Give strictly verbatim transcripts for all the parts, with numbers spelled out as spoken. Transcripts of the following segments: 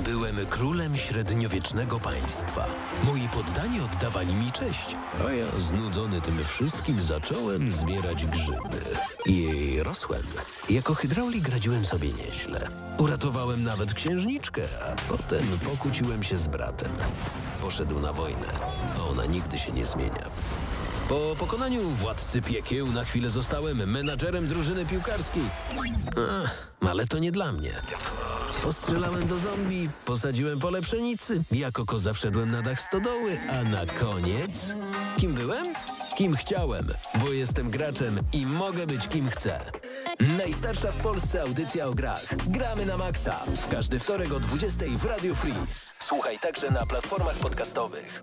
Byłem królem średniowiecznego państwa. Moi poddani oddawali mi cześć, a ja znudzony tym wszystkim zacząłem zbierać grzyby. I rosłem. Jako hydraulik radziłem sobie nieźle. Uratowałem nawet księżniczkę, a potem pokłóciłem się z bratem. Poszedł na wojnę, a ona nigdy się nie zmienia. Po pokonaniu władcy piekieł na chwilę zostałem menadżerem drużyny piłkarskiej. Ach, ale to nie dla mnie. Postrzelałem do zombie, posadziłem pole pszenicy, jako koza wszedłem na dach stodoły, a na koniec... Kim byłem? Kim chciałem, bo jestem graczem i mogę być kim chcę. Najstarsza w Polsce audycja o grach. Gramy na maksa. W każdy wtorek o dwudziestej w Radio Free. Słuchaj także na platformach podcastowych.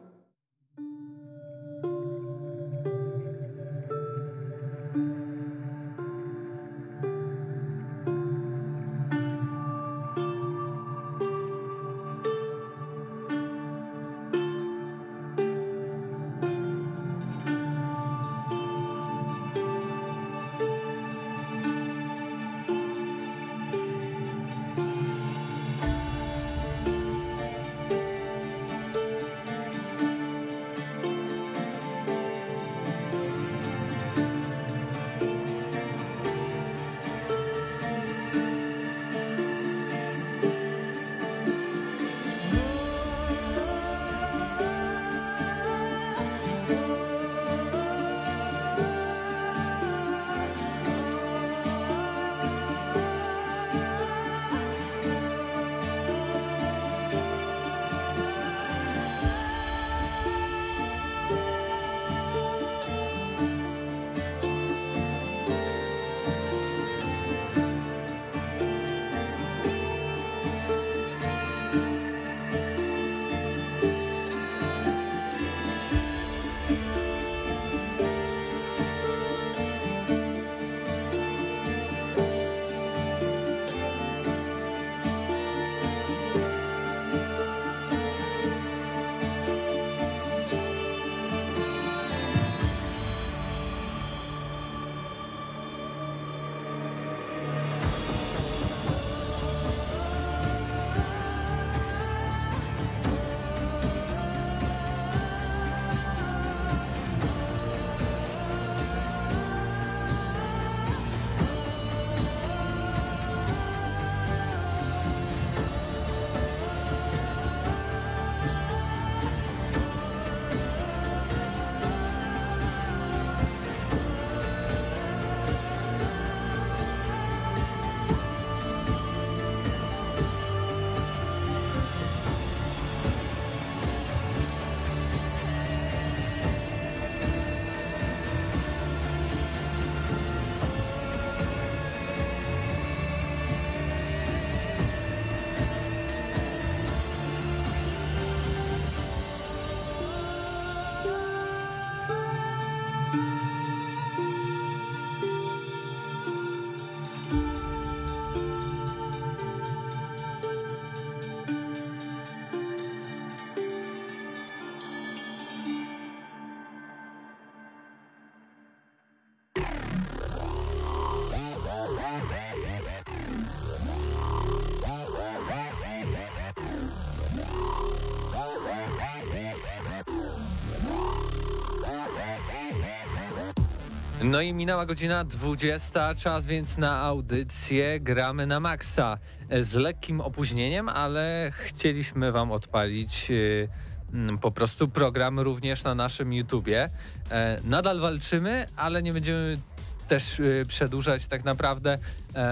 No i minęła godzina dwudziesta, czas więc na audycję Gramy na Maxa. Z lekkim opóźnieniem, ale chcieliśmy wam odpalić yy, po prostu program również na naszym YouTubie. E, nadal walczymy, ale nie będziemy też yy, przedłużać tak naprawdę. E,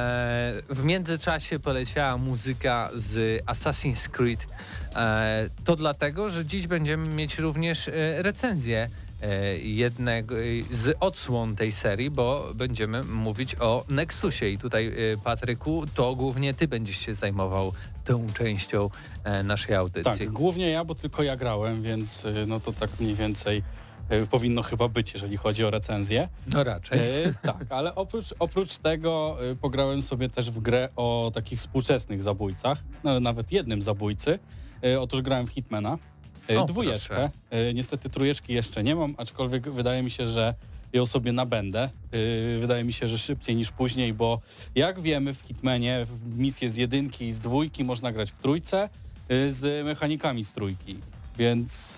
w międzyczasie poleciała muzyka z Assassin's Creed. E, to dlatego, że dziś będziemy mieć również yy, recenzję jednego z odsłon tej serii, bo będziemy mówić o Nexusie i tutaj, Patryku, to głównie ty będziesz się zajmował tą częścią naszej audycji. Tak, głównie ja, bo tylko ja grałem, więc no to tak mniej więcej powinno chyba być, jeżeli chodzi o recenzję. No raczej. E, tak, ale oprócz, oprócz tego pograłem sobie też w grę o takich współczesnych zabójcach, no, nawet jednym zabójcy. E, otóż grałem w Hitmana. O, dwójeczkę. proszę. Niestety trójeczki jeszcze nie mam, aczkolwiek wydaje mi się, że ją sobie nabędę. Wydaje mi się, że szybciej niż później, bo jak wiemy w Hitmanie w misje z jedynki i z dwójki można grać w trójce, y, z mechanikami z trójki, więc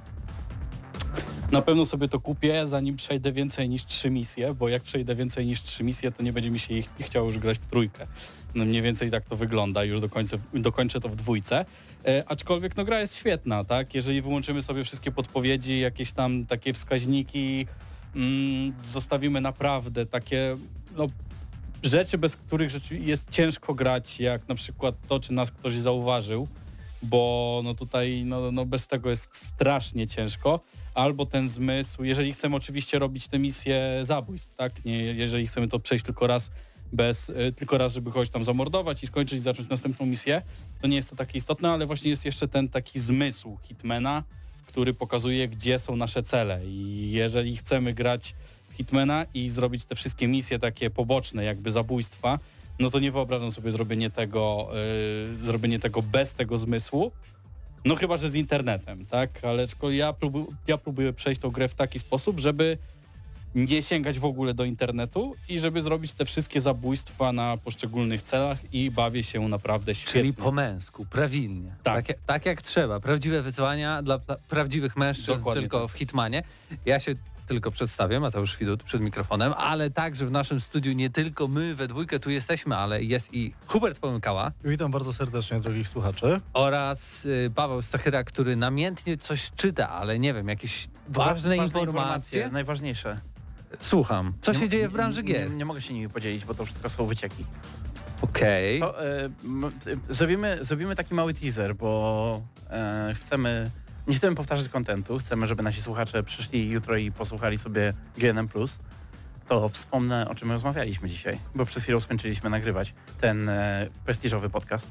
na pewno sobie to kupię, zanim przejdę więcej niż trzy misje, bo jak przejdę więcej niż trzy misje, to nie będzie mi się ich chciało już grać w trójkę. No mniej więcej tak to wygląda, już dokończę, dokończę to w dwójce. E, aczkolwiek no gra jest świetna, tak? Jeżeli wyłączymy sobie wszystkie podpowiedzi, jakieś tam takie wskaźniki, mm, zostawimy naprawdę takie no, rzeczy, bez których rzeczy jest ciężko grać, jak na przykład to, czy nas ktoś zauważył, bo no tutaj no, no bez tego jest strasznie ciężko. Albo ten zmysł, jeżeli chcemy oczywiście robić te misje zabójstw, tak? Nie, jeżeli chcemy to przejść tylko raz bez, y, tylko raz, żeby kogoś tam zamordować i skończyć i zacząć następną misję, to nie jest to takie istotne, ale właśnie jest jeszcze ten taki zmysł Hitmana, który pokazuje, gdzie są nasze cele. I jeżeli chcemy grać w Hitmana i zrobić te wszystkie misje takie poboczne, jakby zabójstwa, no to nie wyobrażam sobie zrobienie tego, yy, zrobienie tego bez tego zmysłu. No chyba, że z internetem, tak? Ale ja, próbu, ja próbuję przejść tą grę w taki sposób, żeby nie sięgać w ogóle do internetu i żeby zrobić te wszystkie zabójstwa na poszczególnych celach i bawię się naprawdę świetnie. Czyli po męsku, prawilnie. Tak. Tak, tak jak trzeba. Prawdziwe wyzwania dla pra- prawdziwych mężczyzn. Dokładnie tylko tak. W Hitmanie. Ja się tylko przedstawię, Mateusz Widut przed mikrofonem, ale także w naszym studiu nie tylko my we dwójkę tu jesteśmy, ale jest i Hubert Pomykała. Witam bardzo serdecznie drogich słuchaczy. Oraz y, Paweł Stachyra, który namiętnie coś czyta, ale nie wiem, jakieś ważne, ważne informacje. informacje. Najważniejsze. Słucham. Co nie, się dzieje w branży nie, gier? Nie, nie mogę się nimi podzielić, bo to wszystko są wycieki. Okej. Okay. E, zrobimy, zrobimy taki mały teaser, bo e, chcemy, nie chcemy powtarzać kontentu, chcemy, żeby nasi słuchacze przyszli jutro i posłuchali sobie G N M plus. To wspomnę, o czym rozmawialiśmy dzisiaj, bo przed chwilą skończyliśmy nagrywać ten e, prestiżowy podcast.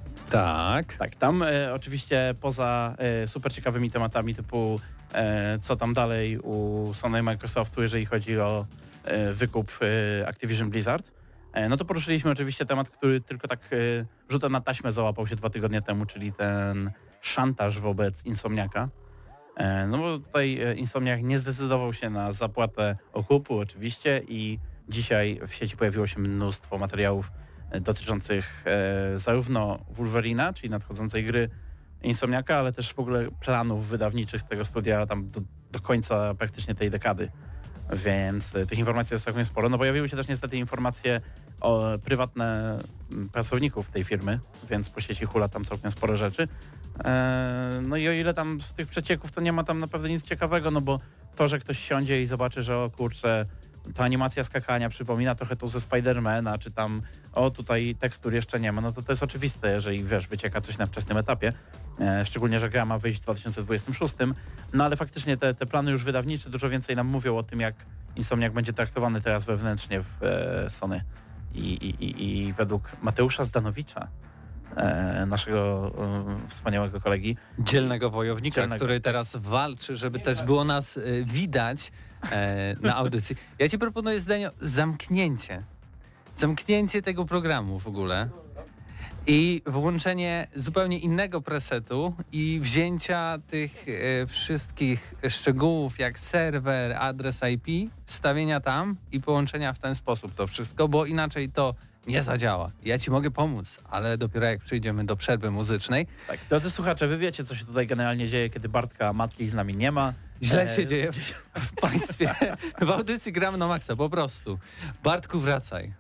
Tak. Tak, tam e, oczywiście poza e, super ciekawymi tematami typu e, co tam dalej u Sony i Microsoftu, jeżeli chodzi o e, wykup e, Activision Blizzard, e, no to poruszyliśmy oczywiście temat, który tylko tak e, rzutem na taśmę załapał się dwa tygodnie temu, czyli ten szantaż wobec Insomniaka. E, no bo tutaj e, Insomniak nie zdecydował się na zapłatę okupu oczywiście i dzisiaj w sieci pojawiło się mnóstwo materiałów dotyczących e, zarówno Wolverina, czyli nadchodzącej gry Insomniaka, ale też w ogóle planów wydawniczych tego studia tam do, do końca praktycznie tej dekady. Więc e, tych informacji jest całkiem sporo. No pojawiły się też niestety informacje o prywatne m, pracowników tej firmy, więc po sieci hula tam całkiem sporo rzeczy. E, no i o ile tam z tych przecieków to nie ma tam naprawdę nic ciekawego, no bo to, że ktoś siądzie i zobaczy, że o kurczę, ta animacja skakania przypomina trochę tą ze Spidermana, czy tam o tutaj tekstur jeszcze nie ma, no to to jest oczywiste, jeżeli wiesz, wycieka coś na wczesnym etapie, e, szczególnie, że gra ma wyjść w dwa tysiące dwudziestym szóstym, no ale faktycznie te, te plany już wydawnicze dużo więcej nam mówią o tym, jak Insomniak będzie traktowany teraz wewnętrznie w e, Sony I, i, i, i według Mateusza Zdanowicza, e, naszego e, wspaniałego kolegi. Dzielnego wojownika, Dzielnego. który teraz walczy, żeby też było nas e, widać e, na audycji. Ja ci proponuję, Zdenio, zamknięcie. Zamknięcie tego programu w ogóle i włączenie zupełnie innego presetu i wzięcia tych e, wszystkich szczegółów jak serwer, adres I P, wstawienia tam i połączenia w ten sposób to wszystko, bo inaczej to nie zadziała. Ja ci mogę pomóc, ale dopiero jak przyjdziemy do przerwy muzycznej. Tak, drodzy słuchacze, wy wiecie, co się tutaj generalnie dzieje, kiedy Bartka Matli z nami nie ma. Źle E, się dzieje w, w państwie. W audycji gramy na maksa, po prostu. Bartku, wracaj.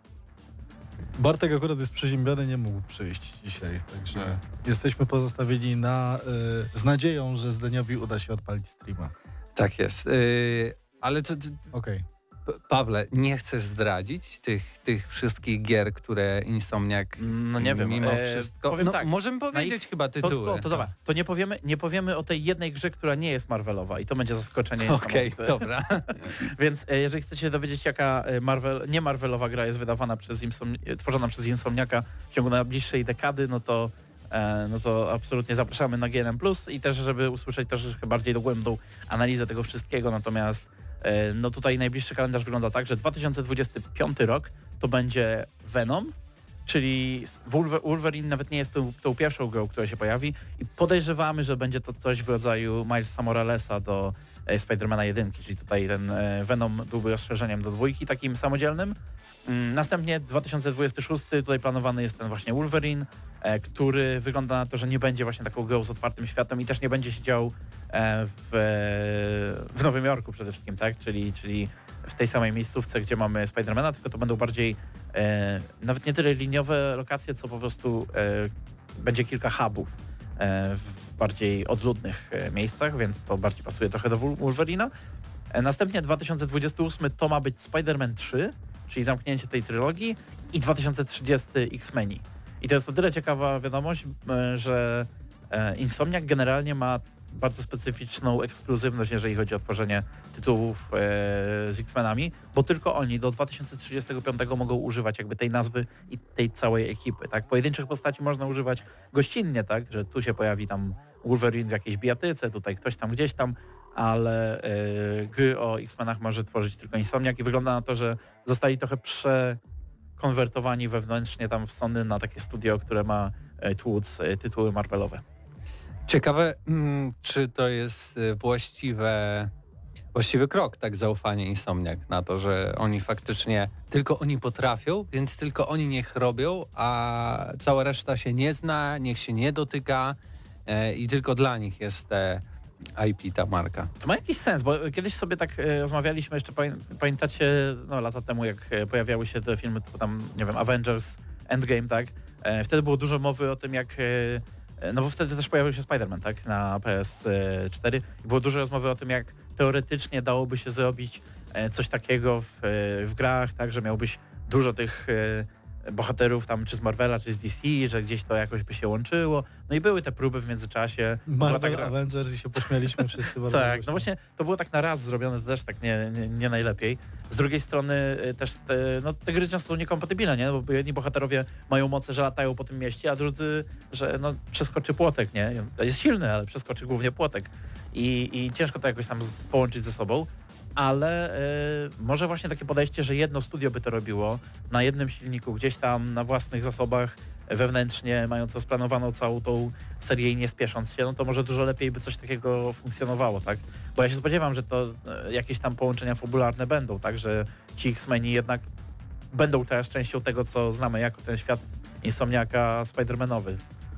Bartek akurat jest przeziębiony, nie mógł przyjść dzisiaj, także jesteśmy pozostawieni na, y, z nadzieją, że Zdeniowi uda się odpalić streama. Tak jest. Yy, ale to, to, Okej. P- Pawle, nie chcesz zdradzić tych, tych wszystkich gier, które Insomniak No nie wiem, mimo e, wszystko... powiem no, tak, możemy powiedzieć ich- chyba To, tytuły. to, to dobra, to nie powiemy, nie powiemy o tej jednej grze, która nie jest Marvelowa i to będzie zaskoczenie. Okej, niesamowite. dobra. Więc e, jeżeli chcecie się dowiedzieć, jaka e, Marvel, nie Marvelowa gra jest wydawana przez Insom, e, tworzona przez Insomniaka w ciągu najbliższej dekady, no to e, no to absolutnie zapraszamy na G N M plus i też, żeby usłyszeć troszeczkę bardziej dogłębną analizę tego wszystkiego, natomiast e, no tutaj najbliższy kalendarz wygląda tak, że dwa tysiące dwudziesty piąty rok to będzie Venom, czyli Wolver- Wolverine nawet nie jest tą, tą pierwszą grą, która się pojawi i podejrzewamy, że będzie to coś w rodzaju Milesa Moralesa do e, Spidermana jeden, czyli tutaj ten e, Venom byłby rozszerzeniem do dwójki takim samodzielnym. Następnie dwa tysiące dwudziesty szósty, tutaj planowany jest ten właśnie Wolverine, e, który wygląda na to, że nie będzie właśnie taką grą z otwartym światem i też nie będzie się działał e, w, w Nowym Jorku przede wszystkim, tak? Czyli, czyli w tej samej miejscówce, gdzie mamy Spidermana, tylko to będą bardziej e, nawet nie tyle liniowe lokacje, co po prostu e, będzie kilka hubów e, w bardziej odludnych e, miejscach, więc to bardziej pasuje trochę do Wolverina. E, następnie dwa tysiące dwudziesty ósmy to ma być Spider-Man trzy, czyli zamknięcie tej trylogii, i dwa tysiące trzydziesty X-Meni. I to jest o tyle ciekawa wiadomość, że Insomniac generalnie ma bardzo specyficzną ekskluzywność, jeżeli chodzi o tworzenie tytułów z X-Menami, bo tylko oni do dwa tysiące trzydziestego piątego mogą używać jakby tej nazwy i tej całej ekipy, tak? Pojedynczych postaci można używać gościnnie, tak? Że tu się pojawi tam Wolverine w jakiejś bijatyce, tutaj ktoś tam gdzieś tam, ale y, gry o X-Menach może tworzyć tylko Insomniac i wygląda na to, że zostali trochę przekonwertowani wewnętrznie tam w Sony na takie studio, które ma y, tłuc y, tytuły Marvelowe. Ciekawe, mm, czy to jest y, właściwe, właściwy krok, tak, zaufanie Insomniac na to, że oni faktycznie, tylko oni potrafią, więc tylko oni niech robią, a cała reszta się nie zna, niech się nie dotyka y, i tylko dla nich jest te I P, ta marka. To ma jakiś sens, bo kiedyś sobie tak e, rozmawialiśmy, jeszcze pamię pamiętacie, no lata temu, jak e, pojawiały się te filmy, to tam, nie wiem, Avengers, Endgame, tak? E, wtedy było dużo mowy o tym, jak, e, no bo wtedy też pojawił się Spider-Man, tak? Na P S cztery i było dużo rozmowy o tym, jak teoretycznie dałoby się zrobić e, coś takiego w, e, w grach, tak? Że miałbyś dużo tych e, bohaterów tam, czy z Marvela, czy z D C, że gdzieś to jakoś by się łączyło. No i były te próby w międzyczasie. Marvel, tak, Avengers i się pośmialiśmy wszyscy bardzo. Tak, no właśnie to było tak na raz zrobione, to też tak nie, nie, nie najlepiej. Z drugiej strony też te, no, te gry często są niekompatybilne, nie? Bo jedni bohaterowie mają moce, że latają po tym mieście, a drudzy, że no, przeskoczy płotek, nie? Jest silny, ale przeskoczy głównie płotek. I, i ciężko to jakoś tam połączyć ze sobą. Ale y, może właśnie takie podejście, że jedno studio by to robiło na jednym silniku, gdzieś tam na własnych zasobach, wewnętrznie, mając rozplanowaną całą tą serię i nie spiesząc się, no to może dużo lepiej by coś takiego funkcjonowało, tak? Bo ja się spodziewam, że to y, jakieś tam połączenia fabularne będą, tak? Że ci X-Meni jednak będą teraz częścią tego, co znamy jako ten świat Insomniaka Spider-Manowy.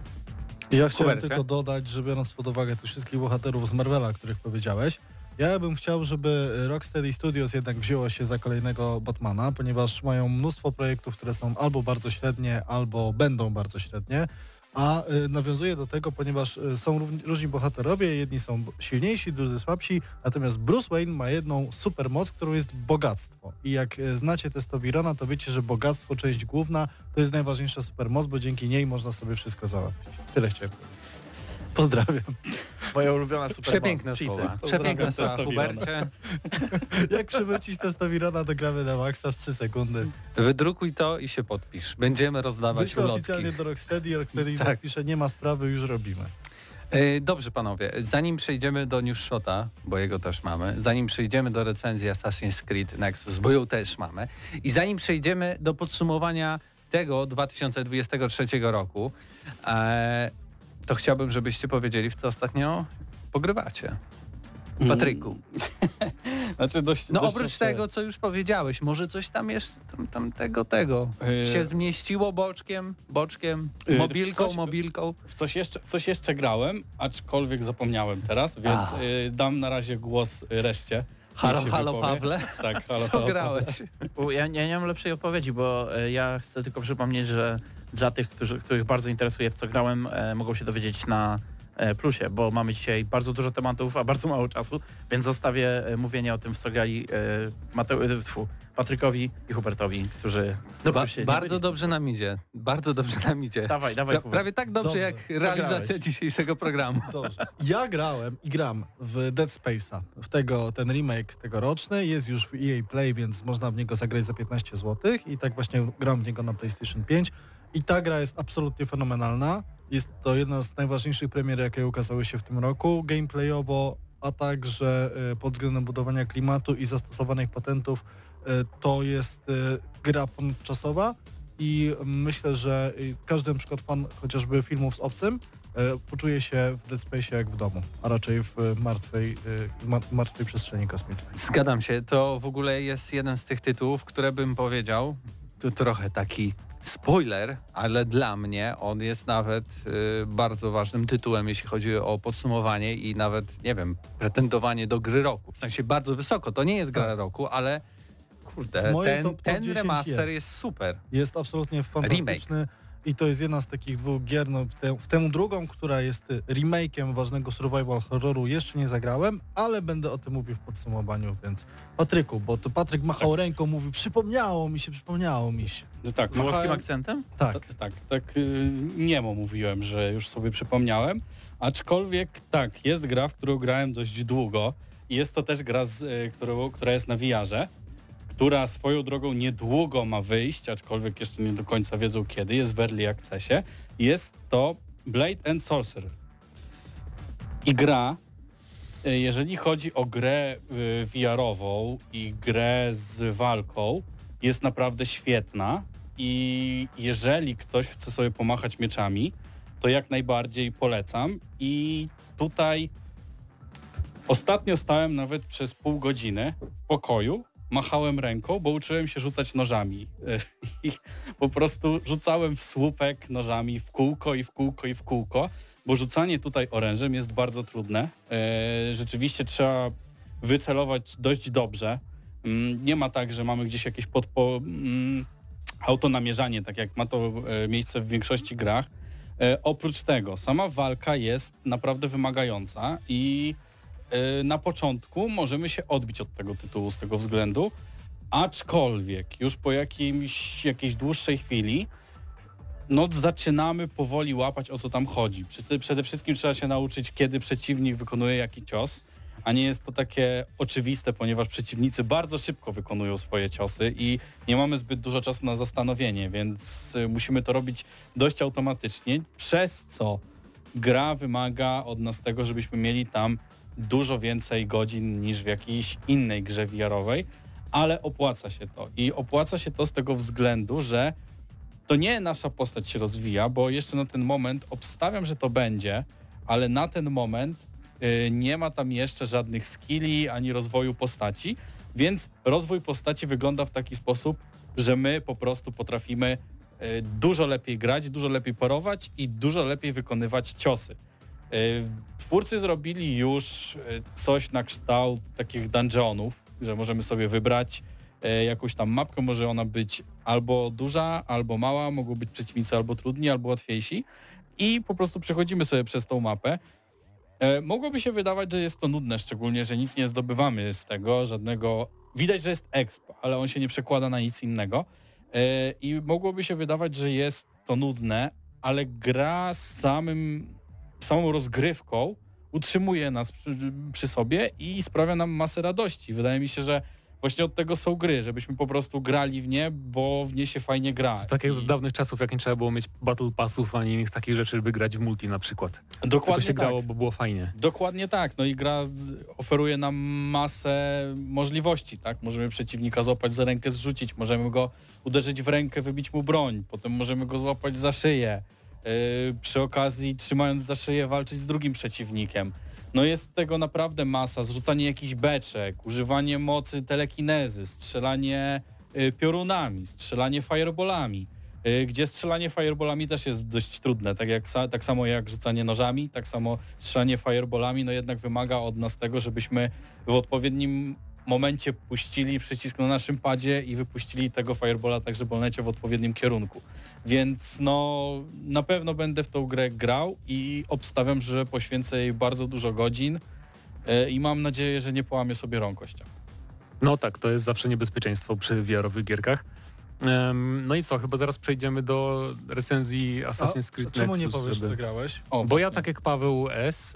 Ja chciałem Kuberka. tylko dodać, że biorąc pod uwagę tych wszystkich bohaterów z Marvela, których powiedziałeś, ja bym chciał, żeby Rocksteady Studios jednak wzięło się za kolejnego Batmana, ponieważ mają mnóstwo projektów, które są albo bardzo średnie, albo będą bardzo średnie, a y, nawiązuje do tego, ponieważ y, są różni, różni bohaterowie, jedni są silniejsi, drudzy słabsi, natomiast Bruce Wayne ma jedną supermoc, którą jest bogactwo. I jak y, znacie Testowirona, to wiecie, że bogactwo, część główna, to jest najważniejsza supermoc, bo dzięki niej można sobie wszystko załatwić. Tyle chciałem. Pozdrawiam. Moja ulubiona supermoc. Przepiękne słowa. Przepiękne słowa, Hubercie. Jak przywrócić Testowirona, to gramy na maksa w trzy sekundy. Wydrukuj to i się podpisz. Będziemy rozdawać Wyślę ulotki. oficjalnie do Rocksteady, Rocksteady Tak. podpisze, nie ma sprawy, już robimy. Yy, Dobrze panowie, zanim przejdziemy do News Shota, bo jego też mamy, zanim przejdziemy do recenzji Assassin's Creed Nexus, bo ją też mamy, i zanim przejdziemy do podsumowania tego dwa tysiące dwudziestego trzeciego roku, e, to chciałbym, żebyście powiedzieli, w co ostatnio pogrywacie. Patryku. Znaczy dość, No dość oprócz jeszcze... tego, co już powiedziałeś, może coś tam jeszcze, tam, tam tego, tego, Yy. się zmieściło boczkiem, boczkiem, Yy, mobilką, coś- mobilką. W coś jeszcze, w coś jeszcze grałem, aczkolwiek zapomniałem teraz, więc A. y, dam na razie głos reszcie. Halo, Niech się halo wypowie. Pawle, Tak, halo, co halo, grałeś? U, Ja, ja nie mam lepszej odpowiedzi, bo e, ja chcę tylko przypomnieć, że dla tych, którzy, których bardzo interesuje, w co grałem, e, mogą się dowiedzieć na e, plusie, bo mamy dzisiaj bardzo dużo tematów, a bardzo mało czasu, więc zostawię e, mówienie o tym, w co grali e, Mateu- e, tfu, Patrykowi i Hubertowi, którzy na Ba- plusie nie bardzo byli. dobrze nam idzie, bardzo dobrze nam idzie. Dawaj, dawaj, Pra- Hubert. prawie tak dobrze, Dobrze. jak Co realizacja grałeś? dzisiejszego programu. Dobrze. Ja grałem i gram w Dead Space'a. W tego, ten remake tegoroczny jest już w E A Play, więc można w niego zagrać za piętnaście złotych i tak właśnie gram w niego na PlayStation pięć. I ta gra jest absolutnie fenomenalna. Jest to jedna z najważniejszych premier, jakie ukazały się w tym roku. Gameplayowo, a także y, pod względem budowania klimatu i zastosowanych patentów y, to jest y, gra ponadczasowa i myślę, że y, każdy na przykład fan chociażby filmów z obcym poczuje się w Dead Space jak w domu, a raczej w martwej, martwej przestrzeni kosmicznej. Zgadzam się, to w ogóle jest jeden z tych tytułów, które bym powiedział, to trochę taki spoiler, ale dla mnie on jest nawet y, bardzo ważnym tytułem, jeśli chodzi o podsumowanie i nawet, nie wiem, pretendowanie do gry roku. W sensie bardzo wysoko, to nie jest gra tak. roku, ale kurde, Moje ten, top- top ten dziesięć remaster jest. jest. super. Jest absolutnie fantastyczny i to jest jedna z takich dwóch gier, no, tę, w tę drugą, która jest remake'iem ważnego survival horroru, jeszcze nie zagrałem, ale będę o tym mówił w podsumowaniu, więc Patryku, bo to Patryk machał tak. ręką, mówi, przypomniało mi się, przypomniało mi się. No tak, Z włoskim machałem- akcentem? Tak. Tak, tak, tak y, niemo mówiłem, że już sobie przypomniałem, aczkolwiek tak, jest gra, w którą grałem dość długo i jest to też gra, z, y, którą, która jest na V R-ze, która swoją drogą niedługo ma wyjść, aczkolwiek jeszcze nie do końca wiedzą kiedy, jest w Early Accessie. Jest to Blade and Sorcerer. I gra, y, jeżeli chodzi o grę y, V R-ową i grę z walką, jest naprawdę świetna. I jeżeli ktoś chce sobie pomachać mieczami, to jak najbardziej polecam. I tutaj ostatnio stałem nawet przez pół godziny w pokoju, machałem ręką, bo uczyłem się rzucać nożami. I po prostu rzucałem w słupek nożami w kółko i w kółko i w kółko, bo rzucanie tutaj orężem jest bardzo trudne. Rzeczywiście trzeba wycelować dość dobrze. Nie ma tak, że mamy gdzieś jakieś podpo... autonamierzanie, tak jak ma to e, miejsce w większości grach. E, oprócz tego, sama walka jest naprawdę wymagająca i e, na początku możemy się odbić od tego tytułu z tego względu, aczkolwiek już po jakimś, jakiejś dłuższej chwili no zaczynamy powoli łapać, o co tam chodzi. Przede wszystkim trzeba się nauczyć, kiedy przeciwnik wykonuje jaki cios, a nie jest to takie oczywiste, ponieważ przeciwnicy bardzo szybko wykonują swoje ciosy i nie mamy zbyt dużo czasu na zastanowienie, więc musimy to robić dość automatycznie, przez co gra wymaga od nas tego, żebyśmy mieli tam dużo więcej godzin niż w jakiejś innej grze V R-owej, ale opłaca się to. I opłaca się to z tego względu, że to nie nasza postać się rozwija, bo jeszcze na ten moment obstawiam, że to będzie, ale na ten moment nie ma tam jeszcze żadnych skilli ani rozwoju postaci, więc rozwój postaci wygląda w taki sposób, że my po prostu potrafimy dużo lepiej grać, dużo lepiej parować i dużo lepiej wykonywać ciosy. Twórcy zrobili już coś na kształt takich dungeonów, że możemy sobie wybrać jakąś tam mapkę, może ona być albo duża, albo mała, mogą być przeciwnicy albo trudni, albo łatwiejsi i po prostu przechodzimy sobie przez tą mapę. E, mogłoby się wydawać, że jest to nudne, szczególnie, że nic nie zdobywamy z tego, żadnego... Widać, że jest exp, ale on się nie przekłada na nic innego. E, I mogłoby się wydawać, że jest to nudne, ale gra z samym, samą rozgrywką utrzymuje nas przy, przy sobie i sprawia nam masę radości. Wydaje mi się, że właśnie od tego są gry, żebyśmy po prostu grali w nie, bo w nie się fajnie gra. Tak jak I... z dawnych czasów, jak nie trzeba było mieć battle passów ani innych takich rzeczy, żeby grać w multi na przykład. Dokładnie Tylko się tak. grało, bo było fajnie. Dokładnie tak. No i gra z- oferuje nam masę możliwości, tak? Możemy przeciwnika złapać za rękę, zrzucić, możemy go uderzyć w rękę, wybić mu broń, potem możemy go złapać za szyję. Yy, przy okazji, trzymając za szyję, walczyć z drugim przeciwnikiem. No jest tego naprawdę masa, zrzucanie jakichś beczek, używanie mocy telekinezy, strzelanie y, piorunami, strzelanie fireballami, y, gdzie strzelanie fireballami też jest dość trudne, tak, jak, tak samo jak rzucanie nożami, tak samo strzelanie fireballami, no jednak wymaga od nas tego, żebyśmy w odpowiednim momencie puścili przycisk na naszym padzie i wypuścili tego fireballa tak, żeby on leciał w odpowiednim kierunku. Więc no na pewno będę w tą grę grał i obstawiam, że poświęcę jej bardzo dużo godzin yy, i mam nadzieję, że nie połamię sobie rąk kościach. No tak, to jest zawsze niebezpieczeństwo przy V R-owych gierkach. Um, no i co, chyba zaraz przejdziemy do recenzji Assassin's Creed A czemu Nexus. nie powiesz, żeby... co grałeś? O, Bo ja tak jak Paweł S.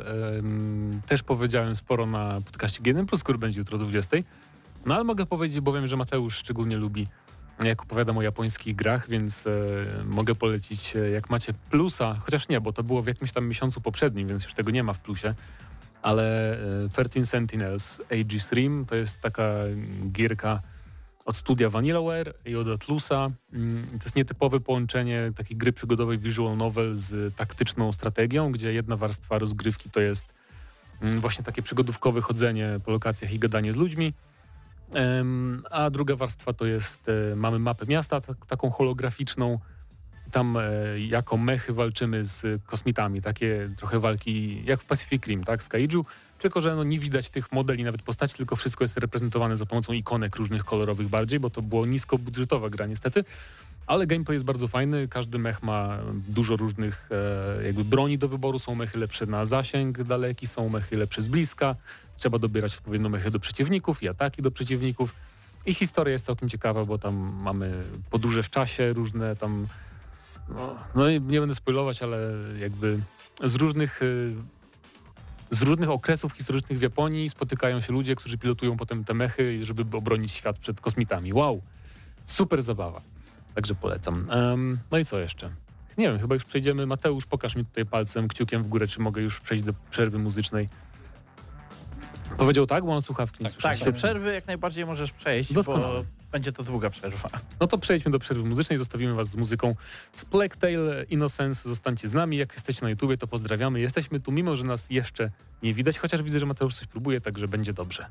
Um, też powiedziałem sporo na podcaście G jeden plus, który będzie jutro o dwudziestej. No ale mogę powiedzieć, bo wiem, że Mateusz szczególnie lubi, jak opowiadam o japońskich grach, więc e, mogę polecić, e, jak macie plusa, chociaż nie, bo to było w jakimś tam miesiącu poprzednim, więc już tego nie ma w plusie, ale e, thirteen Sentinels Aegis Rim to jest taka gierka od studia Vanillaware i od Atlusa. To jest nietypowe połączenie takiej gry przygodowej visual novel z taktyczną strategią, gdzie jedna warstwa rozgrywki to jest właśnie takie przygodówkowe chodzenie po lokacjach i gadanie z ludźmi, a druga warstwa to jest, mamy mapę miasta, tak, taką holograficzną. Tam jako mechy walczymy z kosmitami, takie trochę walki jak w Pacific Rim, tak, z Kaiju, tylko że no nie widać tych modeli, nawet postaci, tylko wszystko jest reprezentowane za pomocą ikonek różnych kolorowych bardziej, bo to było niskobudżetowa gra niestety, ale gameplay jest bardzo fajny, każdy mech ma dużo różnych e, jakby broni do wyboru, są mechy lepsze na zasięg daleki, są mechy lepsze z bliska, trzeba dobierać odpowiednio mechy do przeciwników i ataki do przeciwników i historia jest całkiem ciekawa, bo tam mamy podróże w czasie, różne tam, no, no nie będę spoilować, ale jakby z różnych z różnych okresów historycznych w Japonii spotykają się ludzie, którzy pilotują potem te mechy, żeby obronić świat przed kosmitami. Wow! Super zabawa. Także polecam. Um, no i co jeszcze? Nie wiem, chyba już przejdziemy. Mateusz, pokaż mi tutaj palcem, kciukiem w górę, czy mogę już przejść do przerwy muzycznej. Powiedział tak, bo mam słuchawki. Nie Tak, tak, do przerwy jak najbardziej możesz przejść, Doskonale. bo będzie to długa przerwa. No to przejdźmy do przerwy muzycznej, zostawimy was z muzyką z Plague Tale Innocence. Zostańcie z nami, jak jesteście na YouTubie, to pozdrawiamy. Jesteśmy tu, mimo że nas jeszcze nie widać, chociaż widzę, że Mateusz coś próbuje, także będzie dobrze.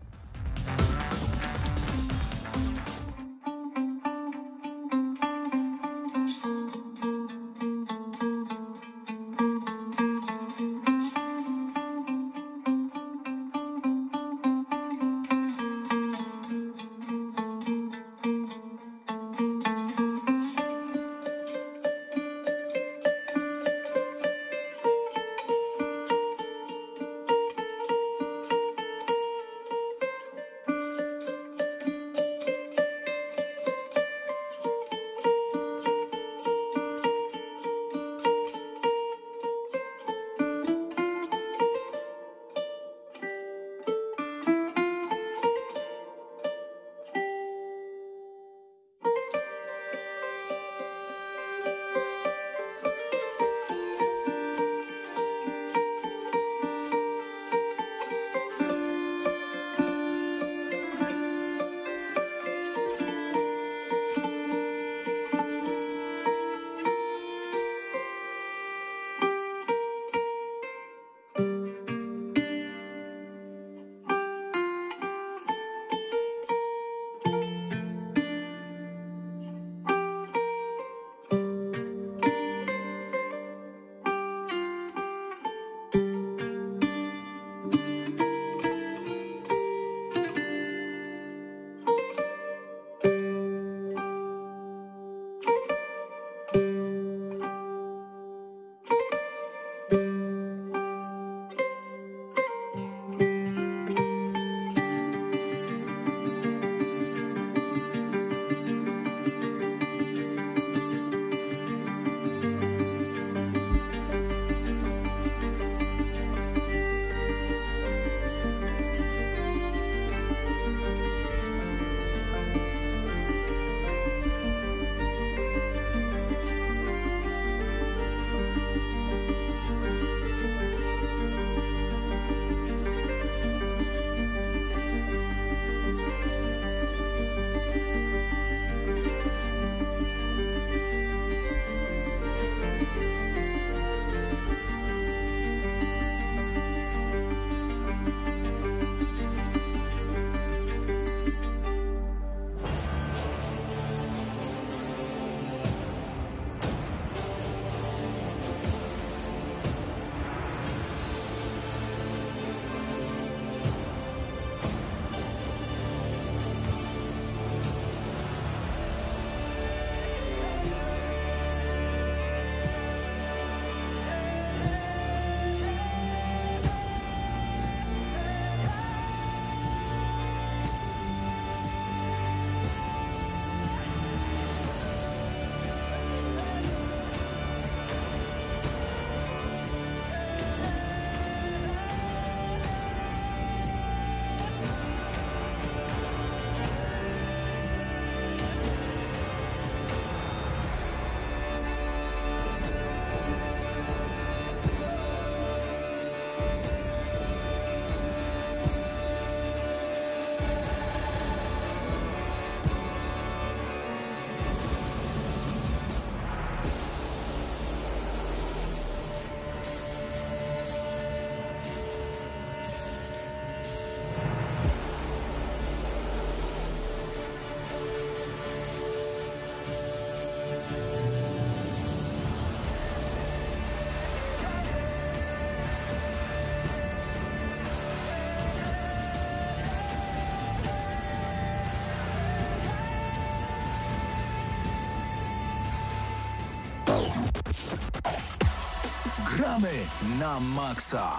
Gramy na maksa.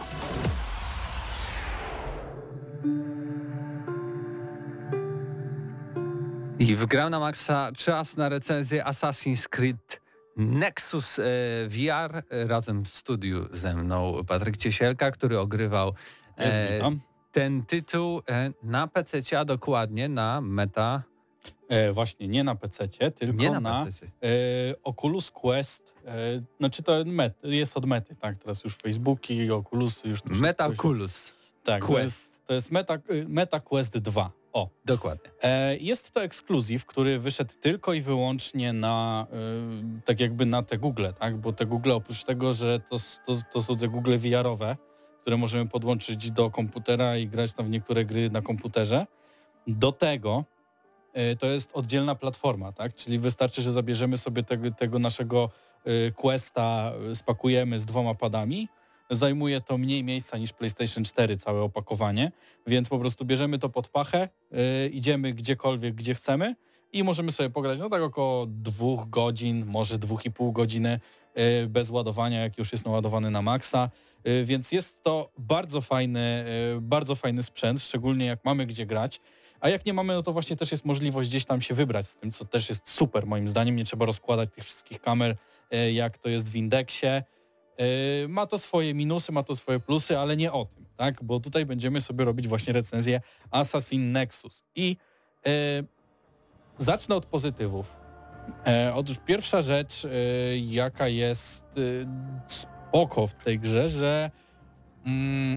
I w Gram na Maxa czas na recenzję Assassin's Creed Nexus e, V R. Razem w studiu ze mną Patryk Ciesielka, który ogrywał e, ten tytuł e, na pececie, a dokładnie na Meta... E, właśnie nie na pececie, tylko nie na, na pececie. e, Oculus Quest. E, znaczy to met, jest od Mety, tak? Teraz już Facebooki, Oculusy już... Meta Oculus. Tak, Quest. to jest, to jest Meta, Meta Quest dwa. O. Dokładnie. E, jest to ekskluzyw, który wyszedł tylko i wyłącznie na e, tak jakby na te Google, tak? Bo te Google oprócz tego, że to, to, to są te Google V R-owe, które możemy podłączyć do komputera i grać tam w niektóre gry na komputerze, do tego e, to jest oddzielna platforma, tak? Czyli wystarczy, że zabierzemy sobie tego, tego naszego e, Questa, spakujemy z dwoma padami. Zajmuje to mniej miejsca niż PlayStation cztery, całe opakowanie, więc po prostu bierzemy to pod pachę, yy, idziemy gdziekolwiek, gdzie chcemy i możemy sobie pograć no tak około dwóch godzin, może dwóch i pół godziny yy, bez ładowania, jak już jest naładowany na maksa, yy, więc jest to bardzo fajny, yy, bardzo fajny sprzęt, szczególnie jak mamy gdzie grać, a jak nie mamy, no to właśnie też jest możliwość gdzieś tam się wybrać z tym, co też jest super moim zdaniem, nie trzeba rozkładać tych wszystkich kamer, yy, jak to jest w indeksie. Ma to swoje minusy, ma to swoje plusy, ale nie o tym, tak? Bo tutaj będziemy sobie robić właśnie recenzję Assassin Nexus. I e, zacznę od pozytywów. E, otóż pierwsza rzecz, e, jaka jest e, spoko w tej grze, że mm,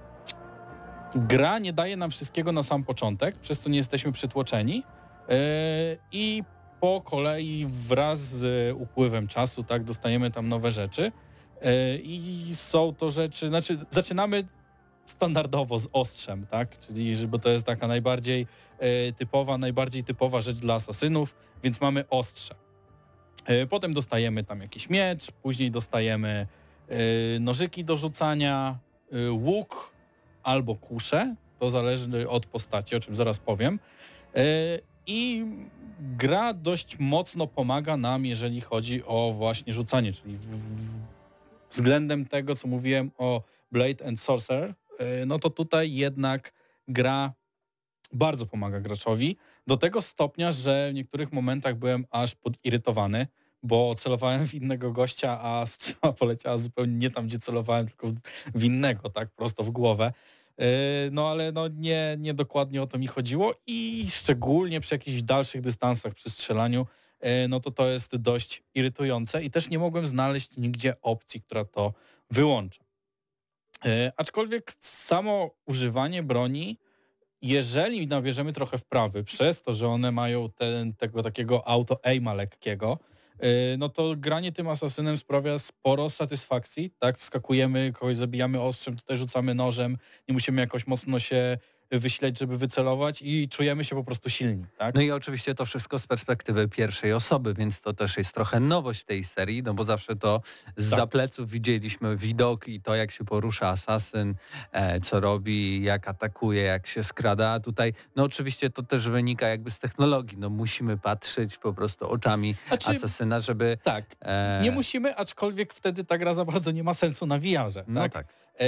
gra nie daje nam wszystkiego na sam początek, przez co nie jesteśmy przytłoczeni e, i po kolei wraz z upływem czasu, tak, dostajemy tam nowe rzeczy. I są to rzeczy, znaczy zaczynamy standardowo z ostrzem, tak? Czyli żeby to jest taka najbardziej e, typowa, najbardziej typowa rzecz dla asasynów, więc mamy ostrze. E, potem dostajemy tam jakiś miecz, później dostajemy e, nożyki do rzucania, e, łuk albo kuszę, to zależy od postaci, o czym zaraz powiem. E, I gra dość mocno pomaga nam, jeżeli chodzi o właśnie rzucanie, czyli w, w, względem tego, co mówiłem o Blade and Sorcerer, no to tutaj jednak gra bardzo pomaga graczowi. Do tego stopnia, że w niektórych momentach byłem aż podirytowany, bo celowałem w innego gościa, a strzała poleciała zupełnie nie tam, gdzie celowałem, tylko w innego, tak prosto w głowę. No ale no nie, nie dokładnie o to mi chodziło i szczególnie przy jakichś dalszych dystansach przy strzelaniu no to to jest dość irytujące i też nie mogłem znaleźć nigdzie opcji, która to wyłącza. E, aczkolwiek samo używanie broni, jeżeli nabierzemy trochę wprawy, przez to, że one mają ten, tego takiego auto-aima lekkiego, e, no to granie tym asasynem sprawia sporo satysfakcji, tak? Wskakujemy, kogoś zabijamy ostrzem, tutaj rzucamy nożem, nie musimy jakoś mocno się wyśleć, żeby wycelować i czujemy się po prostu silni. Tak? No i oczywiście to wszystko z perspektywy pierwszej osoby, więc to też jest trochę nowość tej serii, no bo zawsze to z tak. pleców widzieliśmy widok i to, jak się porusza asasyn, e, co robi, jak atakuje, jak się skrada, a tutaj no oczywiście to też wynika jakby z technologii, no musimy patrzeć po prostu oczami znaczy, asasyna, żeby... Tak, e... nie musimy, aczkolwiek wtedy ta gra za bardzo nie ma sensu na V R-ze. No tak. tak.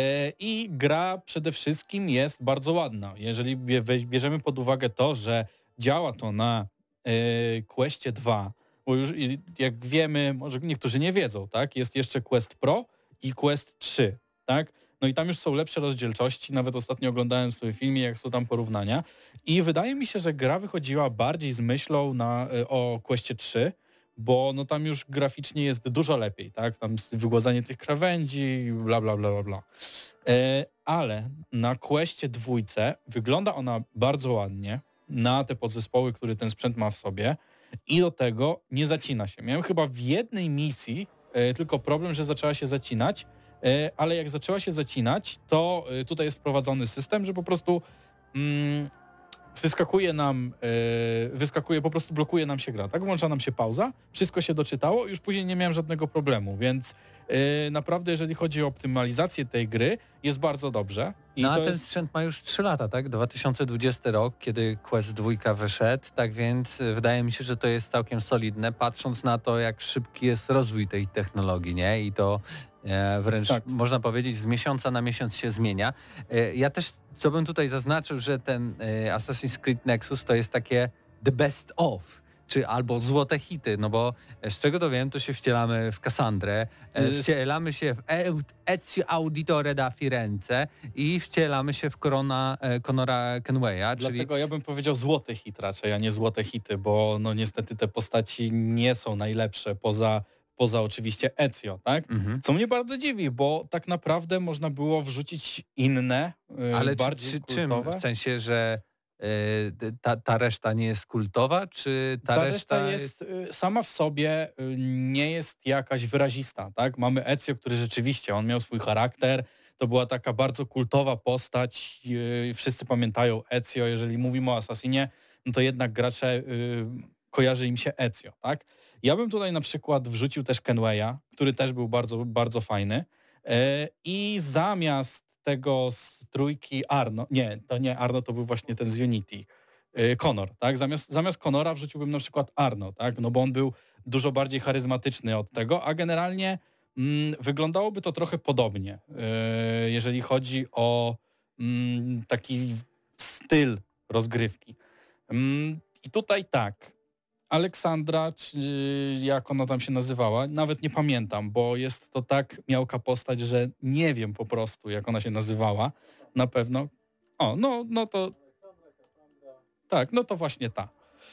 I gra przede wszystkim jest bardzo ładna. Jeżeli bierzemy pod uwagę to, że działa to na Questie dwa, bo już jak wiemy, może niektórzy nie wiedzą, tak? Jest jeszcze Quest Pro i Quest trzy, tak? No i tam już są lepsze rozdzielczości, nawet ostatnio oglądałem sobie filmie, jak są tam porównania i wydaje mi się, że gra wychodziła bardziej z myślą na, o Questie trzy, bo no tam już graficznie jest dużo lepiej, tak? Tam wygładzanie tych krawędzi, bla, bla, bla, bla, bla. E, ale na Questie dwójce wygląda ona bardzo ładnie na te podzespoły, które ten sprzęt ma w sobie i do tego nie zacina się. Miałem chyba w jednej misji e, tylko problem, że zaczęła się zacinać, e, ale jak zaczęła się zacinać, to e, tutaj jest wprowadzony system, że po prostu mm, wyskakuje nam, yy, wyskakuje, po prostu blokuje nam się gra, tak? Włącza nam się pauza, wszystko się doczytało i już później nie miałem żadnego problemu, więc Yy, naprawdę, jeżeli chodzi o optymalizację tej gry, jest bardzo dobrze. I no a to ten jest... sprzęt ma już trzy lata, tak? dwa tysiące dwudziesty rok, kiedy Quest dwa wyszedł, tak więc y, wydaje mi się, że to jest całkiem solidne, patrząc na to, jak szybki jest rozwój tej technologii, nie? I to e, wręcz Tak. można powiedzieć z miesiąca na miesiąc się zmienia. E, ja też, co bym tutaj zaznaczył, że ten e, Assassin's Creed Nexus to jest takie the best of, czy albo złote hity, no bo z czego to wiem, to się wcielamy w Cassandrę, e, Jest- wcielamy się w E- Ezio Auditore da Firenze i wcielamy się w Corona, e, Conora Kenwaya, czyli Dlatego ja bym powiedział złoty hit raczej, a nie złote hity, bo no niestety te postaci nie są najlepsze poza, poza oczywiście Ezio, tak? Mhm. Co mnie bardzo dziwi, bo tak naprawdę można było wrzucić inne, yy, Ale czy, bardziej czy, czym? kultowe. W sensie, że e, ta, ta reszta nie jest kultowa, czy ta, Ta reszta jest y, sama w sobie y, nie jest jakaś wyrazista, tak? Mamy Ezio, który rzeczywiście, on miał swój charakter, to była taka bardzo kultowa postać, y, wszyscy pamiętają Ezio, jeżeli mówimy o Assassinie, no to jednak gracze y, kojarzy im się Ezio, tak? Ja bym tutaj na przykład wrzucił też Kenwaya, który też był bardzo, bardzo fajny y, i zamiast tego z trójki Arno, nie, to nie Arno, to był właśnie ten z Unity, Connor, tak? Zamiast, zamiast Connora wrzuciłbym na przykład Arno, tak? No bo on był dużo bardziej charyzmatyczny od tego, a generalnie mm, wyglądałoby to trochę podobnie, yy, jeżeli chodzi o mm, taki styl rozgrywki. Mm, I tutaj tak, Aleksandra, czy jak ona tam się nazywała, nawet nie pamiętam, bo jest to tak miałka postać, że nie wiem po prostu, jak ona się nazywała, na pewno. O, no, no to tak, no to właśnie ta.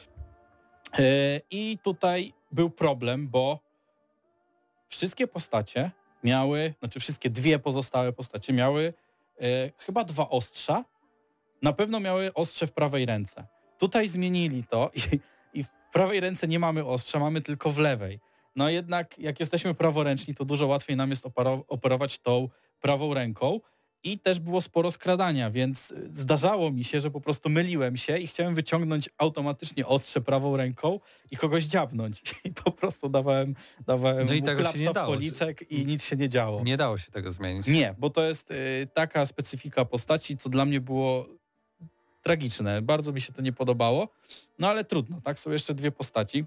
Yy, I tutaj był problem, bo wszystkie postacie miały, znaczy wszystkie dwie pozostałe postacie miały yy, chyba dwa ostrza. Na pewno miały ostrze w prawej ręce. Tutaj zmienili to i, i w prawej ręce nie mamy ostrza, mamy tylko w lewej. No jednak jak jesteśmy praworęczni, to dużo łatwiej nam jest opero- operować tą prawą ręką. I też było sporo skradania, więc zdarzało mi się, że po prostu myliłem się i chciałem wyciągnąć automatycznie ostrze prawą ręką i kogoś dziabnąć. I po prostu dawałem, dawałem No i mu tego się klapsa nie w dało. policzek i nic się nie działo. nie dało się tego zmienić. Nie, bo to jest y, taka specyfika postaci, co dla mnie było tragiczne. Bardzo mi się to nie podobało. No ale trudno, tak? Są jeszcze dwie postaci.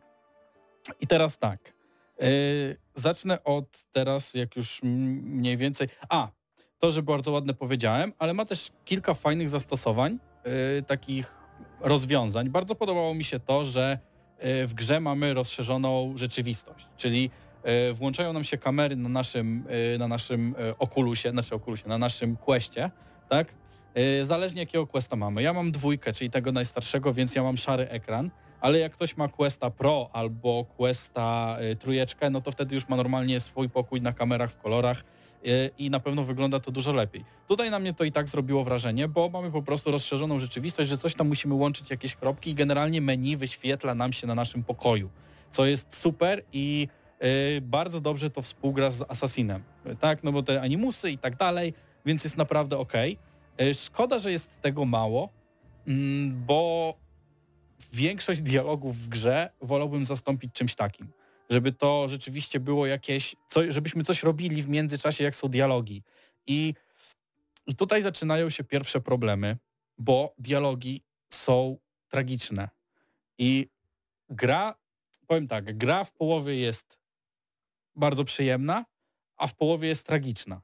I teraz tak. Y, zacznę od teraz, jak już mniej więcej... A, to, że bardzo ładne powiedziałem, ale ma też kilka fajnych zastosowań, yy, takich rozwiązań. Bardzo podobało mi się to, że yy, w grze mamy rozszerzoną rzeczywistość, czyli yy, włączają nam się kamery na naszym, yy, na naszym yy, Oculusie, znaczy Oculusie, na naszym Questie, tak? Yy, zależnie jakiego Questa mamy. Ja mam dwójkę, czyli tego najstarszego, więc ja mam szary ekran, ale jak ktoś ma Questa Pro albo Questa yy, trójeczkę, no to wtedy już ma normalnie swój pokój na kamerach w kolorach, i na pewno wygląda to dużo lepiej. Tutaj na mnie to i tak zrobiło wrażenie, bo mamy po prostu rozszerzoną rzeczywistość, że coś tam musimy łączyć, jakieś kropki i generalnie menu wyświetla nam się na naszym pokoju, co jest super i y, bardzo dobrze to współgra z Assassinem, tak, no bo te animusy i tak dalej, więc jest naprawdę okej. Okay. Szkoda, że jest tego mało, mm, bo większość dialogów w grze wolałbym zastąpić czymś takim. Żeby to rzeczywiście było jakieś, co, żebyśmy coś robili w międzyczasie, jak są dialogi. I, I tutaj zaczynają się pierwsze problemy, bo dialogi są tragiczne. I gra, powiem tak, gra w połowie jest bardzo przyjemna, a w połowie jest tragiczna.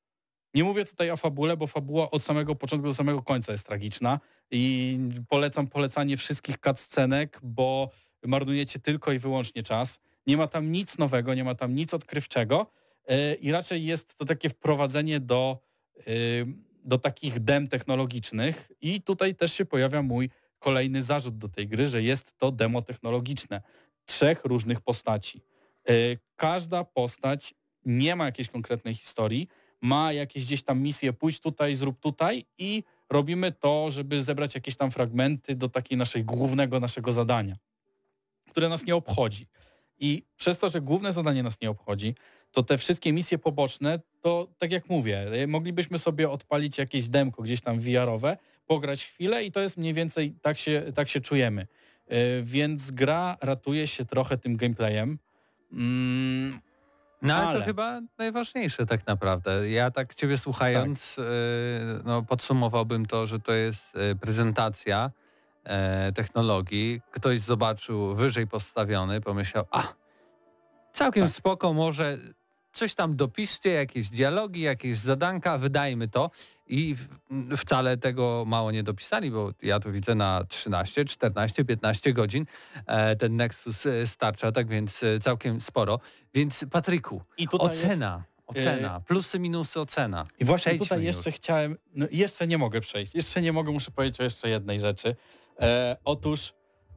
Nie mówię tutaj o fabule, bo fabuła od samego początku do samego końca jest tragiczna i polecam polecanie wszystkich cutscenek, bo marnujecie tylko i wyłącznie czas. Nie ma tam nic nowego, nie ma tam nic odkrywczego yy, i raczej jest to takie wprowadzenie do, yy, do takich dem technologicznych i tutaj też się pojawia mój kolejny zarzut do tej gry, że jest to demo technologiczne. Trzech różnych postaci. Yy, każda postać nie ma jakiejś konkretnej historii, ma jakieś gdzieś tam misje, pójdź tutaj, zrób tutaj i robimy to, żeby zebrać jakieś tam fragmenty do takiej naszej głównego naszego zadania, które nas nie obchodzi. I przez to, że główne zadanie nas nie obchodzi, to te wszystkie misje poboczne, to tak jak mówię, moglibyśmy sobie odpalić jakieś demko gdzieś tam V R-owe, pograć chwilę i to jest mniej więcej, tak się, tak się czujemy. Yy, więc gra ratuje się trochę tym gameplayem. Yy, No ale, Ale- to chyba najważniejsze tak naprawdę. Ja tak ciebie słuchając, Tak. y, no, podsumowałbym to, że to jest y, prezentacja y, technologii. Ktoś zobaczył wyżej postawiony, pomyślał, a całkiem Tak. spoko, może coś tam dopiszcie, jakieś dialogi, jakieś zadanka, wydajmy to. I w, wcale tego mało nie dopisali, bo ja tu widzę na trzynaście, czternaście, piętnaście godzin e, ten Nexus e, starcza, tak więc e, całkiem sporo. Więc Patryku, I tutaj ocena, ocena, plusy, minusy, ocena. I właśnie Przejdźmy tutaj już. jeszcze chciałem, no jeszcze nie mogę przejść, jeszcze nie mogę, muszę powiedzieć o jeszcze jednej rzeczy. E, otóż,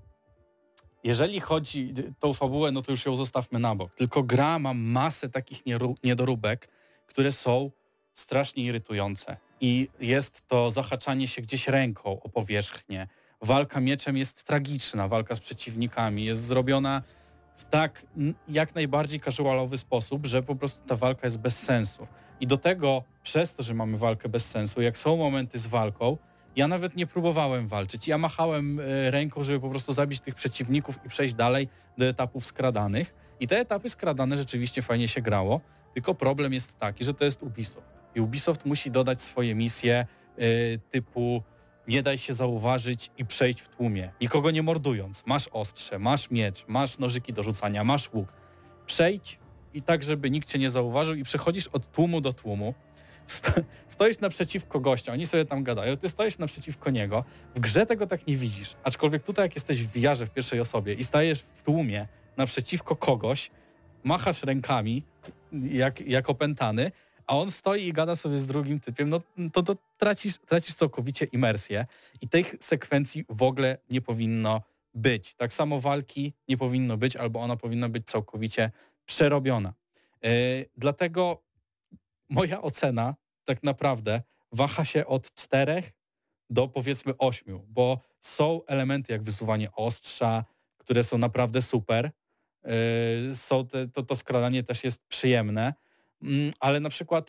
jeżeli chodzi o tą fabułę, no to już ją zostawmy na bok. Tylko gra ma masę takich nieru- niedoróbek, które są strasznie irytujące. I jest to zahaczanie się gdzieś ręką o powierzchnię. Walka mieczem jest tragiczna, walka z przeciwnikami jest zrobiona w tak n- jak najbardziej casualowy sposób, że po prostu ta walka jest bez sensu. I do tego, przez to, że mamy walkę bez sensu, jak są momenty z walką, ja nawet nie próbowałem walczyć. Ja machałem e, ręką, żeby po prostu zabić tych przeciwników i przejść dalej do etapów skradanych. I te etapy skradane rzeczywiście fajnie się grało, tylko problem jest taki, że to jest Ubisoft. I Ubisoft musi dodać swoje misje e, typu nie daj się zauważyć i przejść w tłumie, nikogo nie mordując. Masz ostrze, masz miecz, masz nożyki do rzucania, masz łuk. Przejdź i tak, żeby nikt cię nie zauważył i przechodzisz od tłumu do tłumu. Sto, stoisz naprzeciwko gościa, oni sobie tam gadają, ty stoisz naprzeciwko niego. W grze tego tak nie widzisz, aczkolwiek tutaj jak jesteś w V R-ze w pierwszej osobie i stajesz w tłumie naprzeciwko kogoś, machasz rękami jak, jak opętany, a on stoi i gada sobie z drugim typem, no to, to tracisz, tracisz całkowicie imersję i tych sekwencji w ogóle nie powinno być. Tak samo walki nie powinno być, albo ona powinna być całkowicie przerobiona. Yy, dlatego moja ocena tak naprawdę waha się od czterech do powiedzmy ośmiu, bo są elementy jak wysuwanie ostrza, które są naprawdę super. Yy, są te, to, to skradanie też jest przyjemne, yy, ale na przykład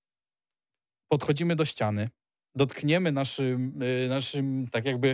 podchodzimy do ściany, dotkniemy naszym, yy, naszym tak jakby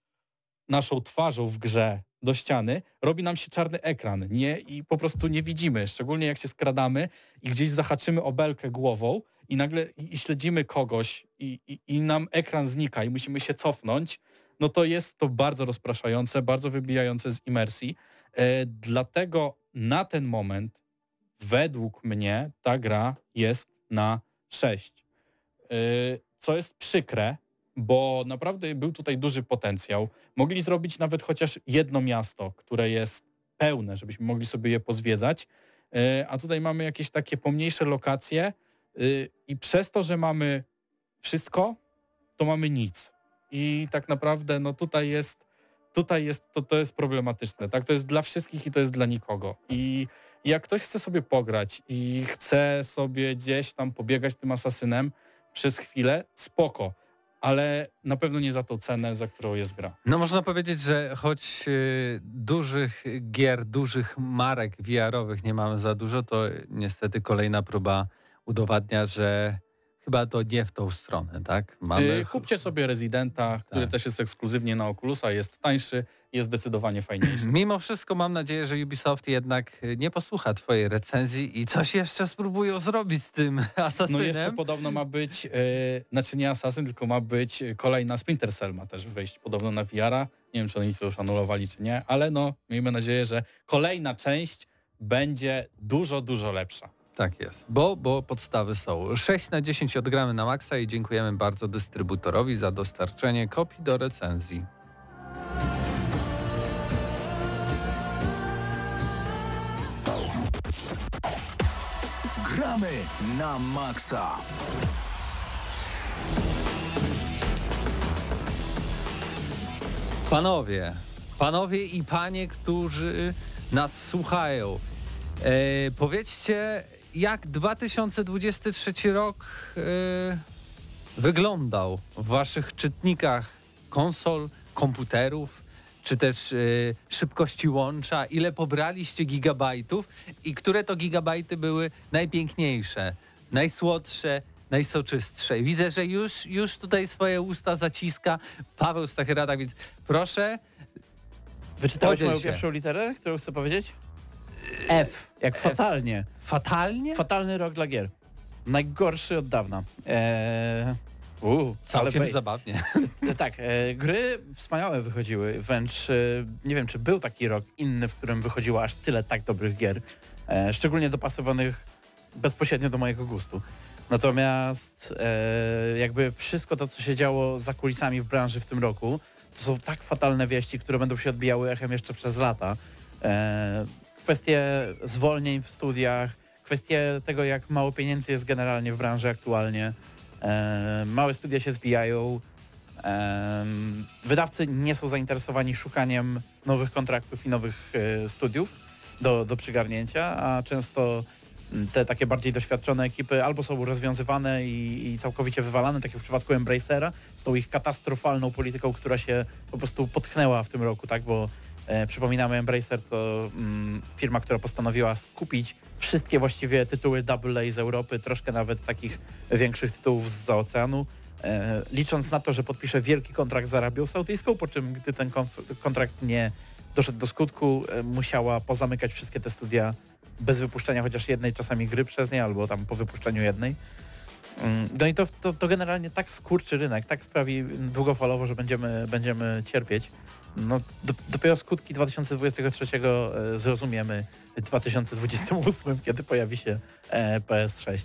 naszą twarzą w grze do ściany, robi nam się czarny ekran, nie? I po prostu nie widzimy, szczególnie jak się skradamy i gdzieś zahaczymy o belkę głową i nagle i, i śledzimy kogoś i, i, i nam ekran znika i musimy się cofnąć, no to jest to bardzo rozpraszające, bardzo wybijające z imersji. E, dlatego na ten moment według mnie ta gra jest na sześć. E, co jest przykre, bo naprawdę był tutaj duży potencjał. Mogli zrobić nawet chociaż jedno miasto, które jest pełne, żebyśmy mogli sobie je pozwiedzać, a tutaj mamy jakieś takie pomniejsze lokacje i przez to, że mamy wszystko, to mamy nic. I tak naprawdę no tutaj jest, tutaj jest to, to jest problematyczne. Tak? To jest dla wszystkich i to jest dla nikogo. I jak ktoś chce sobie pograć i chce sobie gdzieś tam pobiegać tym asasynem przez chwilę, spoko. Ale na pewno nie za tą cenę, za którą jest gra. No można powiedzieć, że choć y, dużych gier, dużych marek V R-owych nie mamy za dużo, to niestety kolejna próba udowadnia, że chyba to nie w tą stronę, tak? Mamy... Yy, kupcie sobie Residenta, który Tak. też jest ekskluzywnie na Oculusa, jest tańszy, jest zdecydowanie fajniejszy. Mimo wszystko mam nadzieję, że Ubisoft jednak nie posłucha twojej recenzji i coś jeszcze spróbują zrobić z tym asasynem. No jeszcze podobno ma być, yy, znaczy nie Assassin, tylko ma być kolejna Splinter Cell, ma też wyjść podobno na V R-a. Nie wiem, czy oni to już anulowali, czy nie, ale no miejmy nadzieję, że kolejna część będzie dużo, dużo lepsza. Tak jest, bo, bo podstawy są. sześć na dziesięć odgramy na maksa i dziękujemy bardzo dystrybutorowi za dostarczenie kopii do recenzji. Gramy na maksa. Panowie, panowie i panie, którzy nas słuchają, e, powiedzcie, jak dwa tysiące dwudziesty trzeci rok e, wyglądał w waszych czytnikach konsol, komputerów, czy też e, szybkości łącza, ile pobraliście gigabajtów i które to gigabajty były najpiękniejsze, najsłodsze, najsoczystsze. I widzę, że już, już tutaj swoje usta zaciska Paweł Stachyra, więc proszę, Wyczytałeś podziel moją się. pierwszą literę, którą chcę powiedzieć? F, jak F. fatalnie. Fatalnie? Fatalny rok dla gier. Najgorszy od dawna. Eee, uu, Całkiem ale zabawnie. tak, e, gry wspaniałe wychodziły, wręcz e, nie wiem, czy był taki rok inny, w którym wychodziło aż tyle tak dobrych gier, e, szczególnie dopasowanych bezpośrednio do mojego gustu. Natomiast e, jakby wszystko to, co się działo za kulisami w branży w tym roku, to są tak fatalne wieści, które będą się odbijały echem jeszcze przez lata. E, kwestie zwolnień w studiach, kwestie tego, jak mało pieniędzy jest generalnie w branży aktualnie. E, małe studia się zwijają. E, wydawcy nie są zainteresowani szukaniem nowych kontraktów i nowych e, studiów do, do przygarnięcia, a często te takie bardziej doświadczone ekipy albo są rozwiązywane i, i całkowicie wywalane, tak jak w przypadku Embracera, z tą ich katastrofalną polityką, która się po prostu potknęła w tym roku, tak, bo e, przypominamy, Embracer to mm, firma, która postanowiła skupić wszystkie właściwie tytuły double A z Europy, troszkę nawet takich większych tytułów zza oceanu, e, licząc na to, że podpisze wielki kontrakt z Arabią Saudyjską, po czym gdy ten konf- kontrakt nie doszedł do skutku, e, musiała pozamykać wszystkie te studia bez wypuszczenia chociaż jednej czasami gry przez nie, albo tam po wypuszczeniu jednej. No i to, to, to generalnie tak skurczy rynek, tak sprawi długofalowo, że będziemy, będziemy cierpieć. No, do, dopiero skutki dwa tysiące dwudziestego trzeciego zrozumiemy w dwa tysiące dwudziestym ósmym, kiedy pojawi się P S sześć.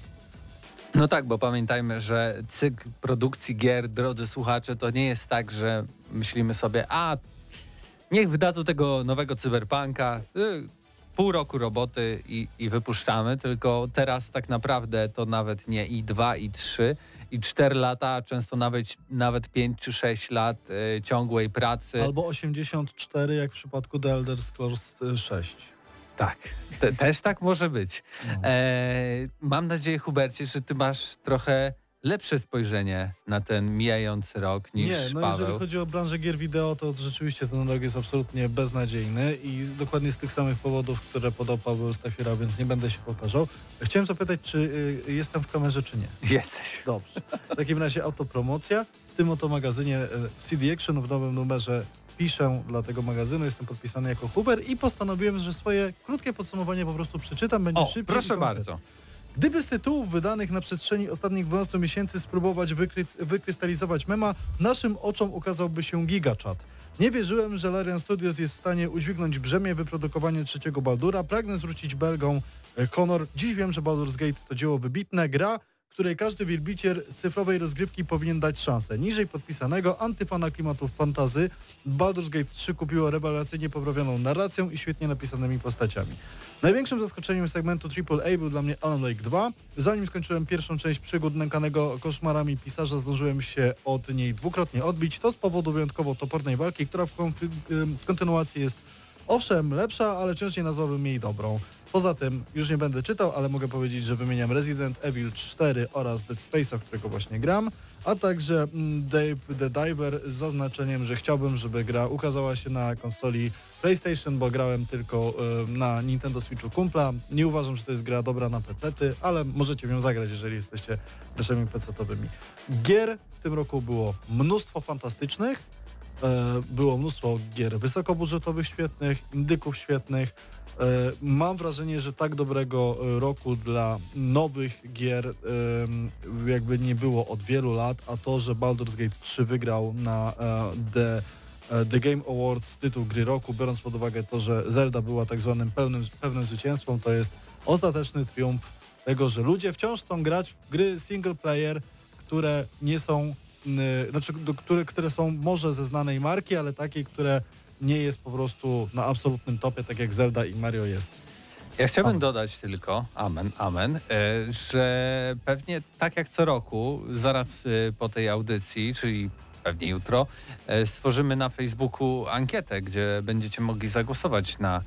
No tak, bo pamiętajmy, że cykl produkcji gier, drodzy słuchacze, to nie jest tak, że myślimy sobie, a niech wydadzą tego nowego cyberpunka, y, pół roku roboty i, i wypuszczamy, tylko teraz tak naprawdę to nawet nie i dwa, i trzy, i cztery lata, a często nawet, nawet pięć czy sześć lat y, ciągłej pracy. Albo osiemdziesiąt cztery, jak w przypadku The Elder Scrolls sześć. Tak, Te, też tak może być. No. E, mam nadzieję, Hubercie, że ty masz trochę lepsze spojrzenie na ten mijający rok niż Nie, no Paweł. jeżeli chodzi o branżę gier wideo, to rzeczywiście ten rok jest absolutnie beznadziejny i dokładnie z tych samych powodów, które podał Paweł Stachira, więc nie będę się powtarzał. Chciałem zapytać, czy y, jestem w kamerze, czy nie? Jesteś. Dobrze. W takim razie autopromocja. W tym oto magazynie y, C D Action w nowym numerze piszę dla tego magazynu, jestem podpisany jako Hoover i postanowiłem, że swoje krótkie podsumowanie po prostu przeczytam, będzie O, szybciej. proszę bardzo. Gdyby z tytułów wydanych na przestrzeni ostatnich dwunastu miesięcy spróbować wykry wykrystalizować mema, naszym oczom ukazałby się Gigachat. Nie wierzyłem, że Larian Studios jest w stanie udźwignąć brzemię wyprodukowania trzeciego Baldura. Pragnę zwrócić Belgom honor. Dziś wiem, że Baldur's Gate to dzieło wybitne, gra, której każdy wielbiciel cyfrowej rozgrywki powinien dać szansę. Niżej podpisanego antyfana klimatów fantazy Baldur's Gate trzy kupiło rewelacyjnie poprawioną narracją i świetnie napisanymi postaciami. Największym zaskoczeniem segmentu triple A był dla mnie Alan Wake dwa. Zanim skończyłem pierwszą część przygód nękanego koszmarami pisarza, zdążyłem się od niej dwukrotnie odbić. To z powodu wyjątkowo topornej walki, która w, w kontynuacji jest owszem lepsza, ale wciąż nie nazwałbym jej dobrą. Poza tym już nie będę czytał, ale mogę powiedzieć, że wymieniam Resident Evil cztery oraz Dead Space'a, w którego właśnie gram, a także Dave the Diver z zaznaczeniem, że chciałbym, żeby gra ukazała się na konsoli PlayStation, bo grałem tylko y, na Nintendo Switchu kumpla. Nie uważam, że to jest gra dobra na pecety, ale możecie w nią zagrać, jeżeli jesteście graczami pecetowymi. Gier w tym roku było mnóstwo fantastycznych. Było mnóstwo gier wysokobudżetowych świetnych, indyków świetnych. Mam wrażenie, że tak dobrego roku dla nowych gier jakby nie było od wielu lat, a to, że Baldur's Gate trzy wygrał na The, The Game Awards tytuł gry roku, biorąc pod uwagę to, że Zelda była tak zwanym pełnym, pewnym zwycięstwem, to jest ostateczny triumf tego, że ludzie wciąż chcą grać w gry single player, które nie są Znaczy, do, które, które są może ze znanej marki, ale takiej, które nie jest po prostu na absolutnym topie, tak jak Zelda i Mario jest. Ja chciałbym Amen. dodać tylko, amen, amen, że pewnie tak jak co roku, zaraz po tej audycji, czyli pewnie jutro, stworzymy na Facebooku ankietę, gdzie będziecie mogli zagłosować na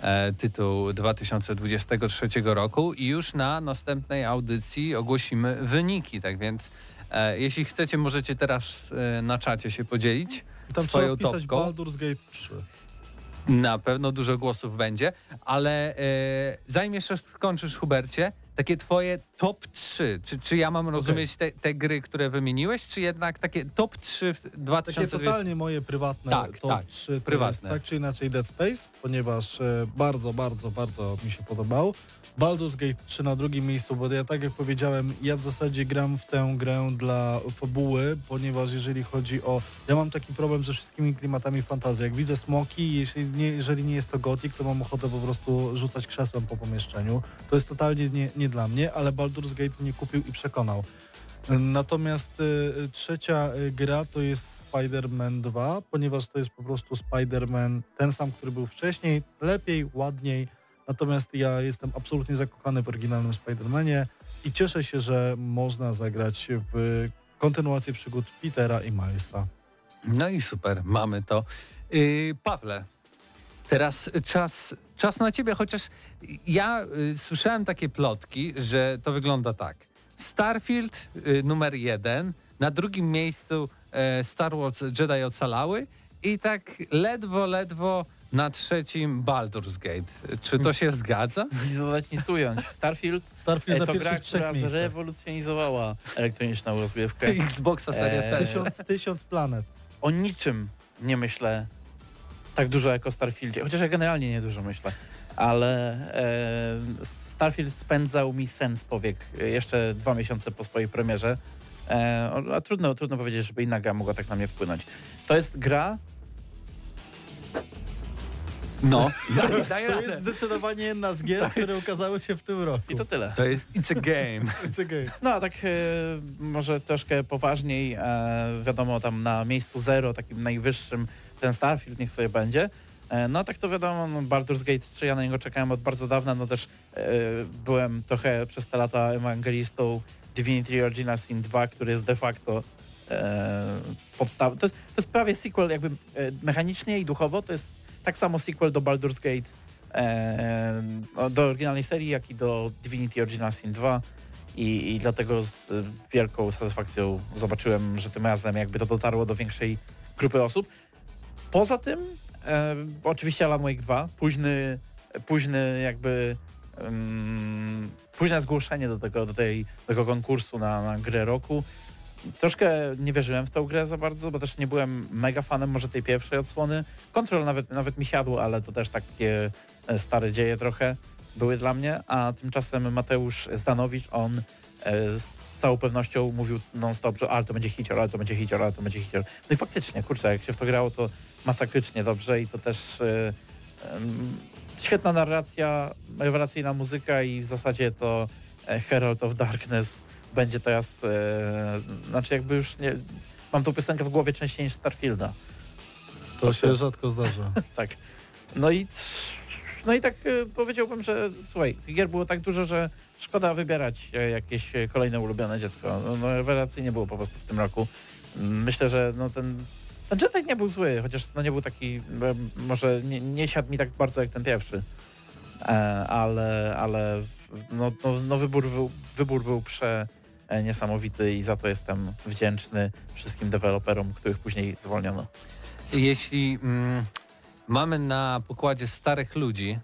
tytuł dwa tysiące dwudziestego trzeciego roku i już na następnej audycji ogłosimy wyniki, tak więc E, jeśli chcecie, możecie teraz e, na czacie się podzielić Tam swoją trzeba wpisać topką. Baldur's Gate trzy. Na pewno dużo głosów będzie, ale e, zanim jeszcze skończysz, Hubercie, takie twoje top trzy. Czy, czy ja mam rozumieć te, te gry, które wymieniłeś, czy jednak takie top trzy w dwa tysiące dwudziestym? Takie totalnie moje prywatne Tak, top tak, trzy, to prywatne. jest tak czy inaczej Dead Space, ponieważ e, bardzo, bardzo, bardzo mi się podobał. Baldur's Gate trzy na drugim miejscu, bo ja tak jak powiedziałem, ja w zasadzie gram w tę grę dla fabuły, ponieważ jeżeli chodzi o... Ja mam taki problem ze wszystkimi klimatami fantazji. Jak widzę smoki, jeśli nie, jeżeli nie jest to gotik, to mam ochotę po prostu rzucać krzesłem po pomieszczeniu. To jest totalnie nie, nie dla mnie, ale Baldur's Gate mnie kupił i przekonał. Natomiast y, trzecia y, gra to jest Spider-Man dwa, ponieważ to jest po prostu Spider-Man ten sam, który był wcześniej, lepiej, ładniej. Natomiast ja jestem absolutnie zakochany w oryginalnym Spider-Manie i cieszę się, że można zagrać w kontynuację przygód Petera i Milesa. No i super, mamy to. Yy, Pawle, teraz czas, czas na ciebie, chociaż ja y, słyszałem takie plotki, że to wygląda tak. Starfield y, numer jeden, na drugim miejscu y, Star Wars Jedi Ocalały i tak ledwo, ledwo na trzecim Baldur's Gate. Czy to się zgadza? Nic dodać, nic ująć. Starfield, Starfield e, na to gra, pierwszych trzech która miejscach. zrewolucjonizowała elektroniczną rozgrywkę. Xboxa Series Eee, S. Tysiąc, tysiąc planet. O niczym nie myślę tak dużo jak o Starfieldzie, chociaż ja generalnie nie dużo myślę, ale e, Starfield spędzał mi sen z powiek jeszcze dwa miesiące po swojej premierze, e, a trudno, trudno powiedzieć, żeby inna gra mogła tak na mnie wpłynąć. To jest gra... No, To jest zdecydowanie jedna z gier, które ukazały się w tym roku. I to tyle. to jest It's a Game. It's a game. No a tak e, może troszkę poważniej, e, wiadomo tam na miejscu zero, takim najwyższym ten Starfield niech sobie będzie. E, no tak to wiadomo, no, Baldur's Gate trzy, ja na niego czekałem od bardzo dawna, no też e, byłem trochę przez te lata ewangelistą Divinity Original Sin dwa, który jest de facto e, podstawą. To jest, to jest prawie sequel jakby e, mechanicznie i duchowo, to jest tak samo sequel do Baldur's Gate, e, do oryginalnej serii, jak i do Divinity Original Sin dwa i, i dlatego z wielką satysfakcją zobaczyłem, że tym razem jakby to dotarło do większej grupy osób. Poza tym e, oczywiście Alan Wake dwa, późny, późny jakby um, późne zgłoszenie do tego, do tej, tego konkursu na, na grę roku. Troszkę nie wierzyłem w tą grę za bardzo, bo też nie byłem mega fanem może tej pierwszej odsłony. Control nawet, nawet mi siadł, ale to też takie stare dzieje trochę były dla mnie, a tymczasem Mateusz Zdanowicz, on z całą pewnością mówił non-stop, że ale to będzie hicior, ale to będzie hicior, ale to będzie hicior. No i faktycznie, kurczę, jak się w to grało, to masakrycznie dobrze i to też um, świetna narracja, rewelacyjna muzyka i w zasadzie to Herald of Darkness będzie teraz, e, znaczy jakby już nie, mam tą piosenkę w głowie częściej niż Starfielda. To się rzadko zdarza. Tak. No i no i tak e, powiedziałbym, że słuchaj, tych gier było tak dużo, że szkoda wybierać e, jakieś kolejne ulubione dziecko. No, no rewelacyjnie było po prostu w tym roku. Myślę, że no ten ten Jedi nie był zły, chociaż no nie był taki, e, może nie, nie siadł mi tak bardzo jak ten pierwszy. E, ale ale no, no, no wybór, wybór był prze niesamowity i za to jestem wdzięczny wszystkim deweloperom, których później zwolniono. Jeśli mm, mamy na pokładzie starych ludzi,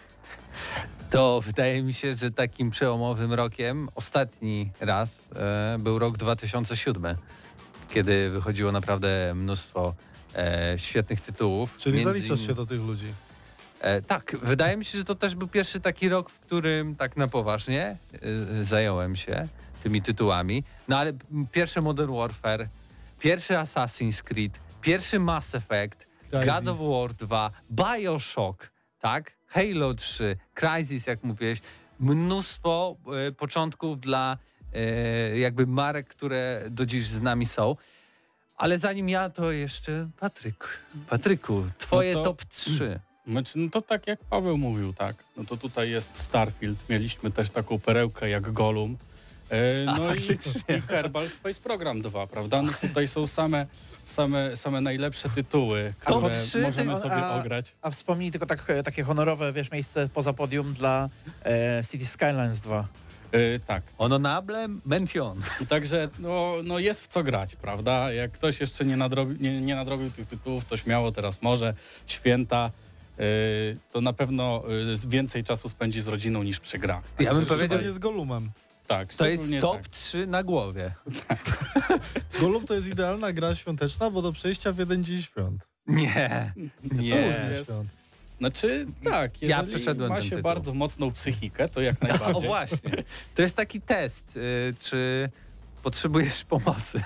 to wydaje mi się, że takim przełomowym rokiem, ostatni raz, e, był rok dwa tysiące siódmy, kiedy wychodziło naprawdę mnóstwo e, świetnych tytułów. Czyli Między zaliczasz innymi- się do tych ludzi. E, tak, wydaje mi się, że to też był pierwszy taki rok, w którym tak na poważnie e, zająłem się tymi tytułami. No ale pierwszy Modern Warfare, pierwszy Assassin's Creed, pierwszy Mass Effect, Crysis. God of War dwa, Bioshock, tak? Halo trzy, Crysis, jak mówiłeś, mnóstwo e, początków dla e, jakby marek, które do dziś z nami są. Ale zanim ja, to jeszcze Patryk. Patryku, twoje No to- top trzy. Znaczy, no to tak jak Paweł mówił, tak. No to tutaj jest Starfield, mieliśmy też taką perełkę jak Gollum. E, no i, i Kerbal Space Program dwa, prawda? No tutaj są same, same, same najlepsze tytuły, Top które trzy, możemy ty- sobie a- ograć. A wspomnij tylko tak, takie honorowe, wiesz, miejsce poza podium dla e, City Skylines dwa. E, tak. Honorable mention. Także no, no jest w co grać, prawda? Jak ktoś jeszcze nie nadrobił, nie, nie nadrobił tych tytułów, to śmiało teraz może. Święta. to na pewno y, więcej czasu spędzi z rodziną niż przy grach. Ja bym powiedział, Szczególnie z Golumem. Tak, to jest szczególnie top tak. trzy na głowie. Golum to jest idealna gra świąteczna, bo do przejścia w jeden dzień świąt. Nie, nie. jest- Świąt. Znaczy tak, Ja jeżeli przeszedłem ma ten się tytuł. bardzo mocną psychikę, to jak O najbardziej. właśnie. To jest taki test, y, czy potrzebujesz pomocy.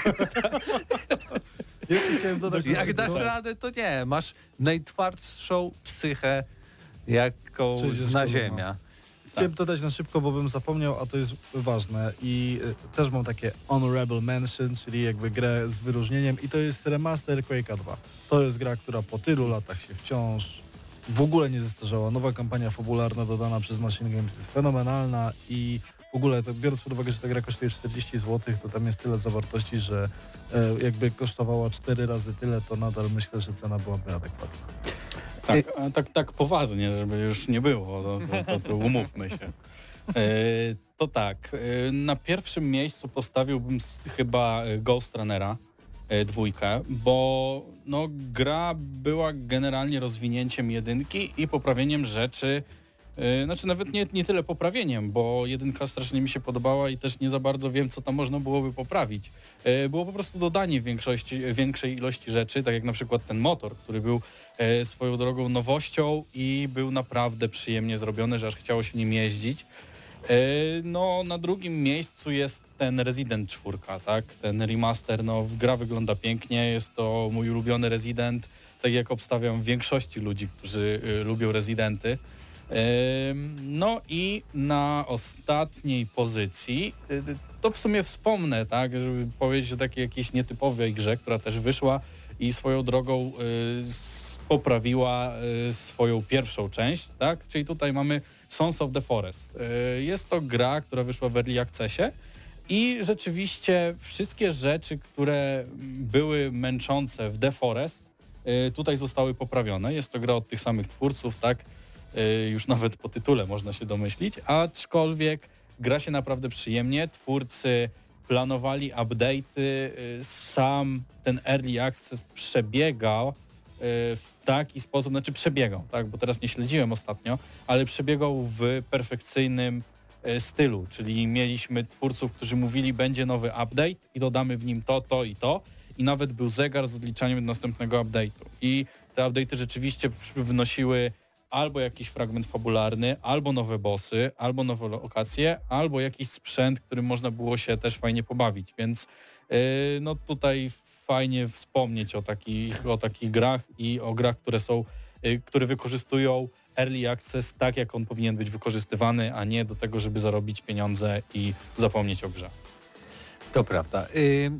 Jeszcze chciałem dodać... na Jak szybko- dasz radę, to nie. Masz najtwardszą psychę, jaką Przejdziesz zna Goluma. ziemia. Chciałem dodać na szybko, bo bym zapomniał, a to jest ważne i y, też mam takie honorable mention, czyli jakby grę z wyróżnieniem i to jest remaster Quake'a dwa. To jest gra, która po tylu latach się wciąż w ogóle nie zestarzała. Nowa kampania fabularna dodana przez Machine Games jest fenomenalna i w ogóle, to biorąc pod uwagę, że ta gra kosztuje czterdzieści złotych, to tam jest tyle zawartości, że e, jakby kosztowała cztery razy tyle, to nadal myślę, że cena byłaby adekwatna. Tak, a tak, tak poważnie, żeby już nie było, to, to, to, to umówmy się. E, to tak, e, na pierwszym miejscu postawiłbym s- chyba e, Ghost Runnera e, dwójkę, bo no, gra była generalnie rozwinięciem jedynki i poprawieniem rzeczy, e, znaczy nawet nie, nie tyle poprawieniem, bo jedynka strasznie mi się podobała i też nie za bardzo wiem, co tam można byłoby poprawić. E, było po prostu dodanie większości, większej ilości rzeczy, tak jak na przykład ten motor, który był e, swoją drogą nowością i był naprawdę przyjemnie zrobiony, że aż chciało się nim jeździć. E, no na drugim miejscu jest ten Resident cztery, tak? Ten remaster, no gra wygląda pięknie, jest to mój ulubiony Resident, tak jak obstawiam większości ludzi, którzy y, lubią Residenty. Ym, No i na ostatniej pozycji, y, to w sumie wspomnę, tak, żeby powiedzieć o takiej jakiejś nietypowej grze, która też wyszła i swoją drogą y, s- poprawiła y, swoją pierwszą część, tak, czyli tutaj mamy Sons of the Forest. Y, Jest to gra, która wyszła w Early Accessie i rzeczywiście wszystkie rzeczy, które były męczące w The Forest, y, tutaj zostały poprawione. Jest to gra od tych samych twórców, tak, y, już nawet po tytule można się domyślić, aczkolwiek gra się naprawdę przyjemnie. Twórcy planowali update'y, y, sam ten Early Access przebiegał y, w taki sposób, znaczy przebiegał, tak, bo teraz nie śledziłem ostatnio, ale przebiegał w perfekcyjnym y, stylu, czyli mieliśmy twórców, którzy mówili, będzie nowy update i dodamy w nim to, to i to i nawet był zegar z odliczaniem następnego update'u i te update'y rzeczywiście przy- wynosiły albo jakiś fragment fabularny, albo nowe bossy, albo nowe lokacje, albo jakiś sprzęt, którym można było się też fajnie pobawić, więc yy, no tutaj fajnie wspomnieć o takich, o takich grach i o grach, które są, yy, które wykorzystują Early Access tak, jak on powinien być wykorzystywany, a nie do tego, żeby zarobić pieniądze i zapomnieć o grze. To prawda. Y,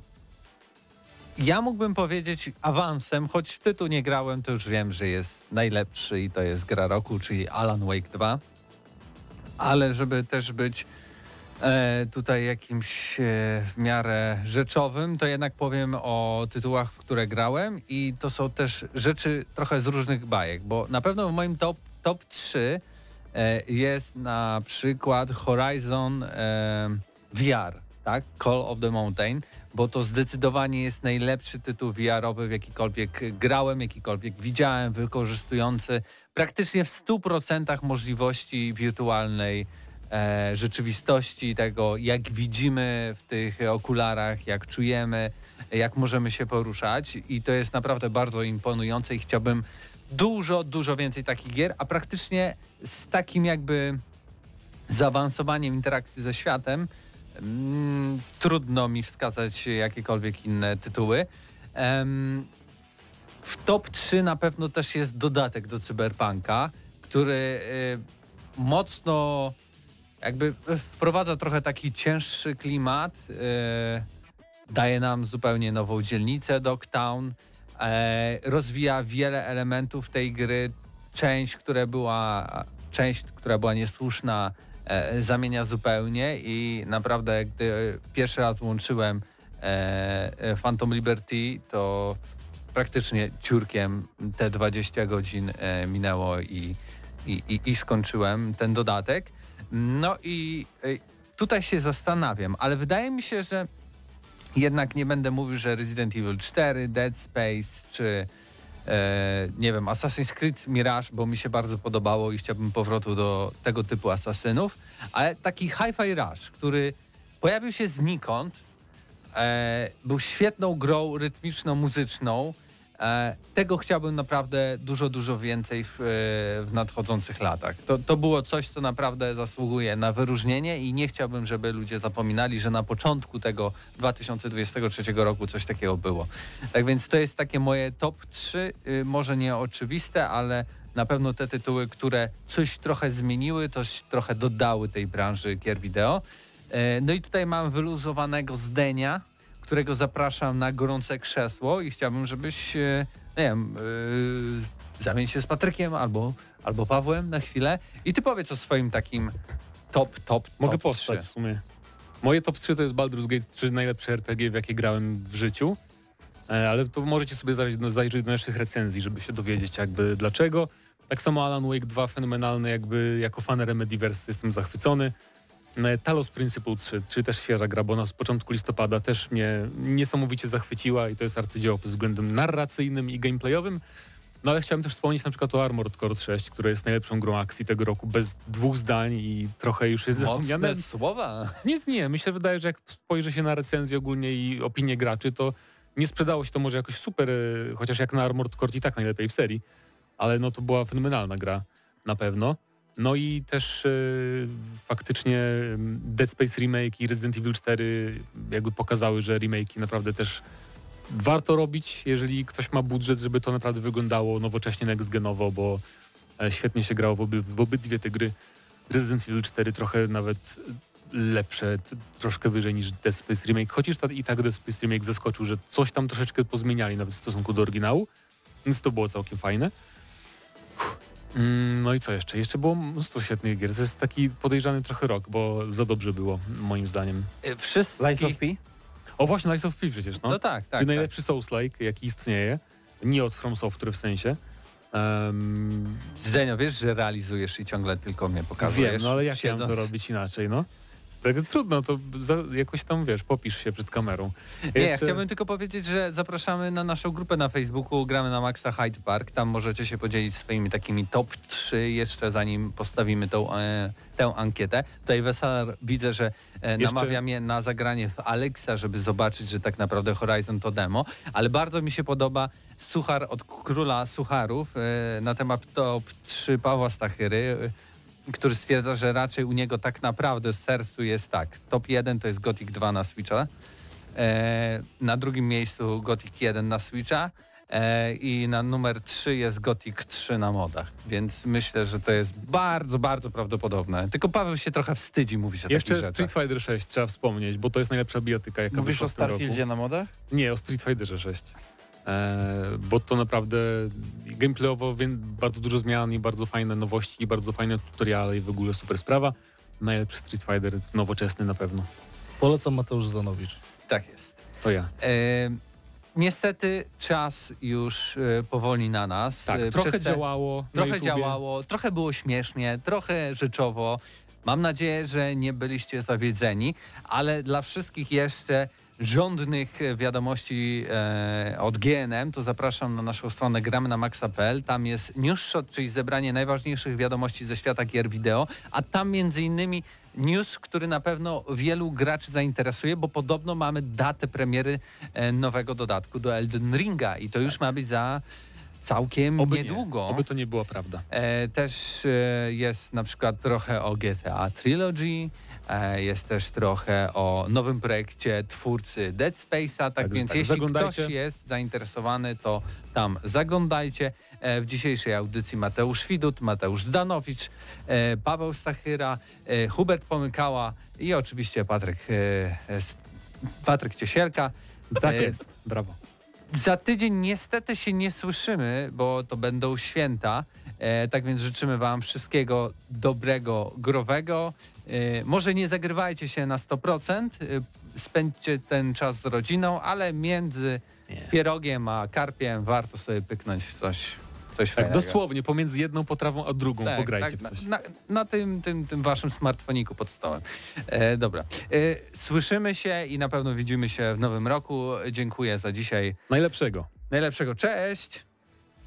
Ja mógłbym powiedzieć awansem, choć w tytuł nie grałem, to już wiem, że jest najlepszy i to jest gra roku, czyli Alan Wake dwa. Ale żeby też być e, tutaj jakimś e, w miarę rzeczowym, to jednak powiem o tytułach, w które grałem i to są też rzeczy trochę z różnych bajek, bo na pewno w moim top, top trzy e, jest na przykład Horizon e, V R, tak? Call of the Mountain, bo to zdecydowanie jest najlepszy tytuł V R-owy, w jakikolwiek grałem, jakikolwiek widziałem, wykorzystujący praktycznie w stu procentach możliwości wirtualnej e, rzeczywistości, tego jak widzimy w tych okularach, jak czujemy, jak możemy się poruszać i to jest naprawdę bardzo imponujące i chciałbym dużo, dużo więcej takich gier, a praktycznie z takim jakby zaawansowaniem interakcji ze światem Mm, trudno mi wskazać jakiekolwiek inne tytuły. Em, w top trzy na pewno też jest dodatek do Cyberpunka, który y, mocno jakby wprowadza trochę taki cięższy klimat, y, daje nam zupełnie nową dzielnicę Dogtown, e, rozwija wiele elementów tej gry, część, która była, część, która była niesłuszna, E, zamienia zupełnie i naprawdę gdy pierwszy raz włączyłem e, e, Phantom Liberty, to praktycznie ciurkiem te dwadzieścia godzin e, minęło i, i, i, i skończyłem ten dodatek. No i e, tutaj się zastanawiam, ale wydaje mi się, że jednak nie będę mówił, że Resident Evil cztery, Dead Space czy e, nie wiem, Assassin's Creed Mirage, bo mi się bardzo podobało i chciałbym powrotu do tego typu asasynów, ale taki Hi-Fi Rush, który pojawił się znikąd, e, był świetną grą rytmiczną, muzyczną. E, tego chciałbym naprawdę dużo, dużo więcej w, e, w nadchodzących latach. To, to było coś, co naprawdę zasługuje na wyróżnienie i nie chciałbym, żeby ludzie zapominali, że na początku tego dwa tysiące dwudziestego trzeciego roku coś takiego było. Tak więc to jest takie moje top trzy, y, może nie oczywiste, ale na pewno te tytuły, które coś trochę zmieniły, coś trochę dodały tej branży gier wideo. E, no i tutaj mam wyluzowanego Zdenia, którego zapraszam na gorące krzesło i chciałbym, żebyś, nie wiem, yy, zamienił się z Patrykiem albo, albo Pawłem na chwilę i ty powiedz o swoim takim top, top, Mogę top postać trzy. w sumie. Moje top trzy to jest Baldur's Gate trzy, najlepsze R P G, w jakie grałem w życiu, e, ale to możecie sobie zajrzeć, no, zajrzeć do naszych recenzji, żeby się dowiedzieć jakby dlaczego. Tak samo Alan Wake dwa, fenomenalny, jakby jako fan Remediverse jestem zachwycony. Talos Principle trzy, czy też świeża gra, bo ona z początku listopada też mnie niesamowicie zachwyciła i to jest arcydzieło pod względem narracyjnym i gameplayowym. No ale chciałem też wspomnieć na przykład o Armored Core sześć, które jest najlepszą grą akcji tego roku, bez dwóch zdań i trochę już jest zapomniane. Mocne słowa. Nie, nie, mi się wydaje, że jak spojrzy się na recenzję ogólnie i opinię graczy, to nie sprzedało się to może jakoś super, chociaż jak na Armored Core i tak najlepiej w serii, ale no to była fenomenalna gra na pewno. No i też y, faktycznie Dead Space Remake i Resident Evil cztery jakby pokazały, że remake'i naprawdę też warto robić, jeżeli ktoś ma budżet, żeby to naprawdę wyglądało nowocześnie, next-genowo, bo e, świetnie się grało w, oby, w obydwie te gry. Resident Evil cztery trochę nawet lepsze, t- troszkę wyżej niż Dead Space Remake, chociaż ta, i tak Dead Space Remake zaskoczył, że coś tam troszeczkę pozmieniali nawet w stosunku do oryginału, więc to było całkiem fajne. No i co jeszcze? Jeszcze było mnóstwo świetnych gier. To jest taki podejrzany trochę rok, bo za dobrze było, moim zdaniem. Wszyscy... Lies of P? O właśnie, Lies of P przecież, no. No tak, tak. Czyli najlepszy Souls-like, jaki istnieje. Nie od From Software w sensie. Um, Zdenio, wiesz, że realizujesz i ciągle tylko mnie pokazujesz. wiem, no ale jak siedząc... miałem to robić inaczej, no? Tak trudno, to za, jakoś tam, wiesz, popisz się przed kamerą. Nie, Jeszcze... ja chciałbym tylko powiedzieć, że zapraszamy na naszą grupę na Facebooku, gramy na Maxa Hyde Park, tam możecie się podzielić swoimi takimi top trzy jeszcze zanim postawimy tą, e, tę ankietę. Tutaj Wesar widzę, że e, Jeszcze... namawia mnie na zagranie w Alexa, żeby zobaczyć, że tak naprawdę Horizon to demo, ale bardzo mi się podoba suchar od króla sucharów e, na temat top trzy Pawła Stachyry, e, który stwierdza, że raczej u niego tak naprawdę w sercu jest tak. Top jeden to jest Gothic dwa na Switcha, e, na drugim miejscu Gothic jeden na Switcha e, i na numer trzy jest Gothic trzy na modach, więc myślę, że to jest bardzo, bardzo prawdopodobne. Tylko Paweł się trochę wstydzi mówić o Jeszcze takich rzeczach. Street Fighter sześć trzeba wspomnieć, bo to jest najlepsza bijatyka, jaka Mówisz wyszła o w tym roku. Starfieldzie na modach? Nie, o Street Fighterze sześć. E, bo to naprawdę gameplayowo wie, bardzo dużo zmian i bardzo fajne nowości i bardzo fajne tutoriale i w ogóle super sprawa. Najlepszy Street Fighter, nowoczesny na pewno. Polecam Mateusz Zanowicz. Tak jest. To ja. E, niestety czas już e, powoli na nas. Tak, E, trochę przez te- działało na Trochę YouTubie. działało, trochę było śmiesznie, trochę rzeczowo. Mam nadzieję, że nie byliście zawiedzeni, ale dla wszystkich jeszcze żądnych wiadomości e, od G N M, to zapraszam na naszą stronę gramy na maxa kropka p l. Tam jest newsshot, czyli zebranie najważniejszych wiadomości ze świata gier wideo, a tam między innymi news, który na pewno wielu graczy zainteresuje, bo podobno mamy datę premiery e, nowego dodatku do Elden Ringa i to już ma być za całkiem Oby niedługo. Nie, oby to nie była prawda. E, też e, jest na przykład trochę o G T A Trilogy, e, jest też trochę o nowym projekcie twórcy Dead Space'a, tak, Tak, więc tak, jeśli zaglądajcie. ktoś jest zainteresowany, to tam zaglądajcie. E, w dzisiejszej audycji Mateusz Widut, Mateusz Zdanowicz, e, Paweł Stachyra, e, Hubert Pomykała i oczywiście Patryk, e, e, Patryk Ciesielka. Tak E, jest, brawo. Za tydzień niestety się nie słyszymy, bo to będą święta, e, tak więc życzymy Wam wszystkiego dobrego, growego. E, może nie zagrywajcie się na sto procent, e, spędźcie ten czas z rodziną, ale między Nie. pierogiem a karpiem warto sobie pyknąć coś, coś Tak, fajnego. dosłownie, pomiędzy jedną potrawą a drugą Tak, pograjcie tak, w coś. Na, na, na tym, tym, tym waszym smartfoniku pod stołem. E, dobra. E, słyszymy się i na pewno widzimy się w nowym roku. Dziękuję za dzisiaj. Najlepszego. Najlepszego. Cześć!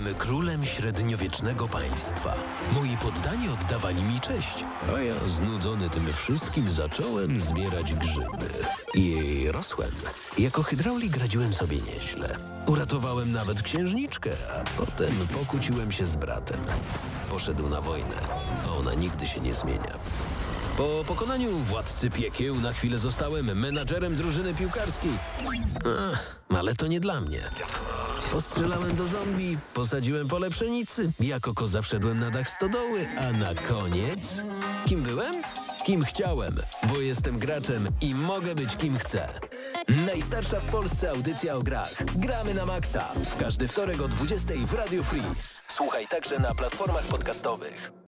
królem średniowiecznego państwa. Moi poddani oddawali mi cześć, a ja znudzony tym wszystkim zacząłem zbierać grzyby. I rosłem. Jako hydraulik radziłem sobie nieźle. Uratowałem nawet księżniczkę, a potem pokłóciłem się z bratem. Poszedł na wojnę, a ona nigdy się nie zmienia. Po pokonaniu władcy piekieł na chwilę zostałem menadżerem drużyny piłkarskiej. Ach, ale to nie dla mnie. Postrzelałem do zombie, posadziłem pole pszenicy, jako koza wszedłem na dach stodoły, a na koniec... Kim byłem? Kim chciałem, bo jestem graczem i mogę być kim chcę. Najstarsza w Polsce audycja o grach. Gramy na maksa. W każdy wtorek o dwudziestej w Radio Free. Słuchaj także na platformach podcastowych.